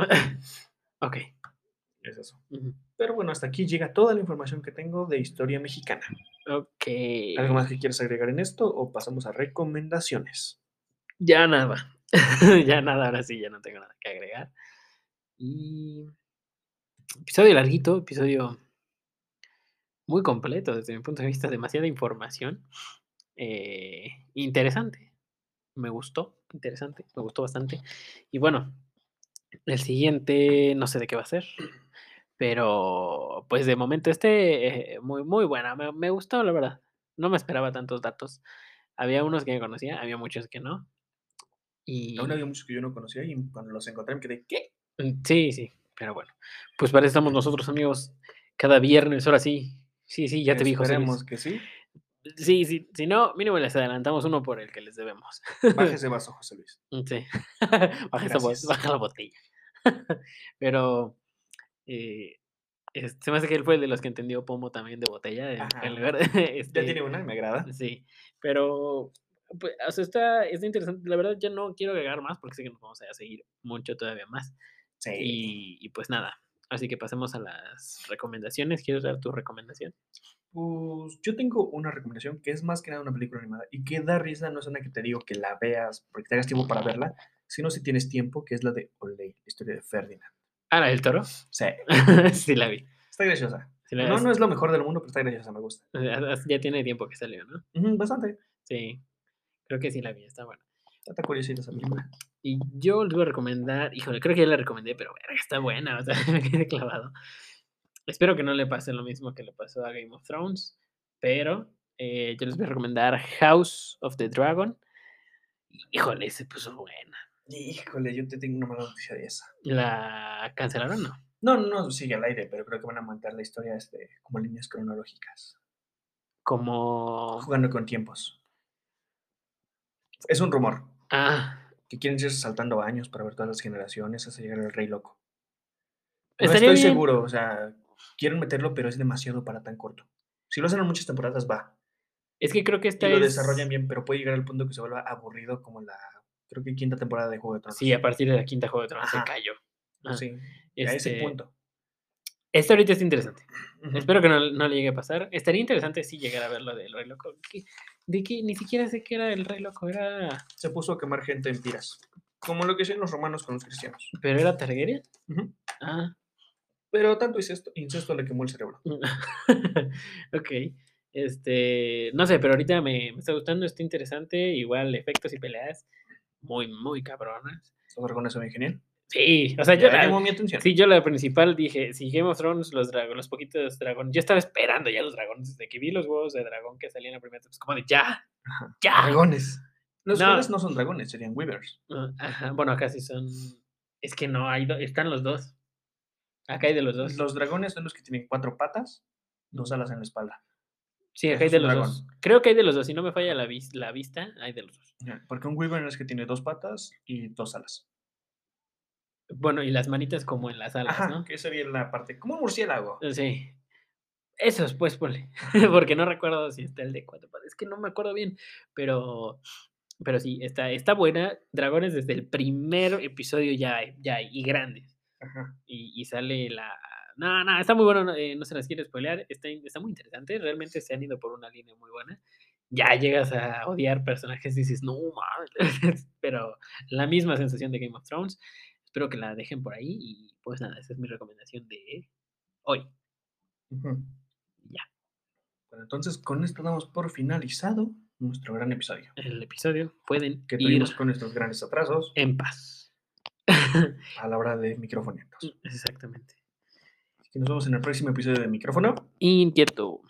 Ok. Es eso. Ujú. Pero bueno, hasta aquí llega toda la información que tengo de historia mexicana. Ok. ¿Algo más que quieras agregar en esto o pasamos a recomendaciones? Ya nada. Ya nada, ahora sí, ya no tengo nada que agregar. Y episodio larguito, episodio muy completo desde mi punto de vista, demasiada información. Eh, interesante. Me gustó, interesante, me gustó bastante. Y bueno, el siguiente no sé de qué va a ser, pero pues de momento este, eh, muy, muy buena. Me, me gustó, la verdad. No me esperaba tantos datos. Había unos que me conocía, había muchos que no. Aún había Y muchos que yo no conocía y cuando los encontré me quedé, ¿qué? mm, sí, sí, pero bueno. Pues para eso estamos nosotros, amigos, cada viernes, ahora sí. Sí, sí, ya te vi, José Esperemos Luis. que sí. Sí, sí, si no, mínimo les adelantamos uno por el que les debemos. Baje ese vaso, José Luis. Sí. Baja esa bot Gracias. baja la botella. Pero, eh, es se me hace que él fue el de los que entendió pomo también de botella en en Ajá. lugar de, Ya tiene este, una, me agrada. sí, pero, pues, o sea, está está interesante. La verdad, ya no quiero agregar más, porque sé que nos vamos a seguir mucho todavía más. Sí. Y y pues nada, así que pasemos a las recomendaciones. ¿Quieres dar tu recomendación? Pues yo tengo una recomendación que es más que nada una película animada y que da risa, no es una que te digo que la veas porque te hagas tiempo para verla, sino si tienes tiempo, que es la de Olé, la historia de Ferdinand. ¿Ah, la del toro? Sí, Sí la vi. está graciosa. Sí la No, es no es lo mejor del mundo, pero está graciosa, me gusta. ya tiene tiempo que salió, ¿no? Ujú, bastante. Sí, creo que sí la vi, está buena. Está curiosita esa película. Y yo les voy a recomendar, híjole, creo que ya la recomendé, pero verga, está buena, o sea, me quedé clavado. Espero que no le pase lo mismo que le pasó a Game of Thrones, pero eh, yo les voy a recomendar House of the Dragon. Híjole, se puso buena. Híjole, yo te tengo una mala noticia de esa. ¿La cancelaron? No. No, no, no, sigue al aire, pero creo que van a montar la historia este, como líneas cronológicas, Como... jugando con tiempos. Es un rumor, Ah, que quieren ir saltando años para ver todas las generaciones hasta llegar al Rey Loco. No estaría estoy bien. seguro, o sea, quieren meterlo, pero es demasiado para tan corto. Si lo hacen en muchas temporadas, va. Es que creo que Y esta lo desarrollan es... bien, pero puede llegar al punto que se vuelva aburrido como la, creo que quinta temporada de Juego de Sí, a Tronos. partir de la quinta Juego de Tronos se Ajá, cayó. pues Ajá. sí, a ese Este, punto. esta ahorita es interesante. Ujú. Espero que no, no le llegue a pasar. Estaría interesante si llegara a ver lo del Rey Loco. ¿Qué- ¿De qué? Ni siquiera sé qué era el Rey Loco. Era... Se puso a quemar gente en piras, como lo que hacían los romanos con los cristianos. ¿Pero era Targaryen? Ujú. Ah. Pero tanto incesto, incesto le quemó el cerebro. Ok. Este, no sé, pero ahorita me, me está gustando, está interesante. Igual efectos y peleas muy, muy cabronas. Estos dragones son bien genial. Sí, o sea, yo Ya la, llamó mi atención. sí, yo la principal dije, si Game of Thrones, los dragos, los poquitos dragones, yo estaba esperando ya los dragones, desde que vi los huevos de dragón que salían en la primera, pues como de ya, Ajá. ya. Dragones. Los No, cuales no son dragones, serían weavers. no, ajá, bueno, acá sí son, es que no, hay, do- están los dos, acá hay de los dos. Los dragones son los que tienen cuatro patas, dos Mm. alas en la espalda. Sí, acá Eso hay es de un los dragón. dos. Creo que hay de los dos, si no me falla la, vis- la vista, hay de los dos. Ajá, porque un wyvern es que tiene dos patas y dos alas. Bueno, y las manitas como en las alas, Ajá, ¿no? que sería la parte, como un murciélago. Sí. Esos, pues, ponle. Ajá. Porque no recuerdo si está el de cuatro patas. Es que no me acuerdo bien. Pero, pero sí, está, está buena. Dragones desde el primer episodio ya hay, ya hay, y grandes. Ajá. Y, y sale la. No, no, está muy bueno. No, eh, no se las quiero spoilear. Está, está muy interesante. Realmente se han ido por una línea muy buena. Ya llegas a odiar personajes y dices, no mames. Pero la misma sensación de Game of Thrones. Espero que la dejen por ahí y pues nada, esa es mi recomendación de hoy. Ujú. Ya, Bueno, entonces con esto damos por finalizado nuestro gran episodio. el episodio pueden Que ir tuvimos con nuestros grandes atrasos en paz. a la hora de microfonetos. Exactamente. Así que nos vemos en el próximo episodio de Micrófono. Inquieto.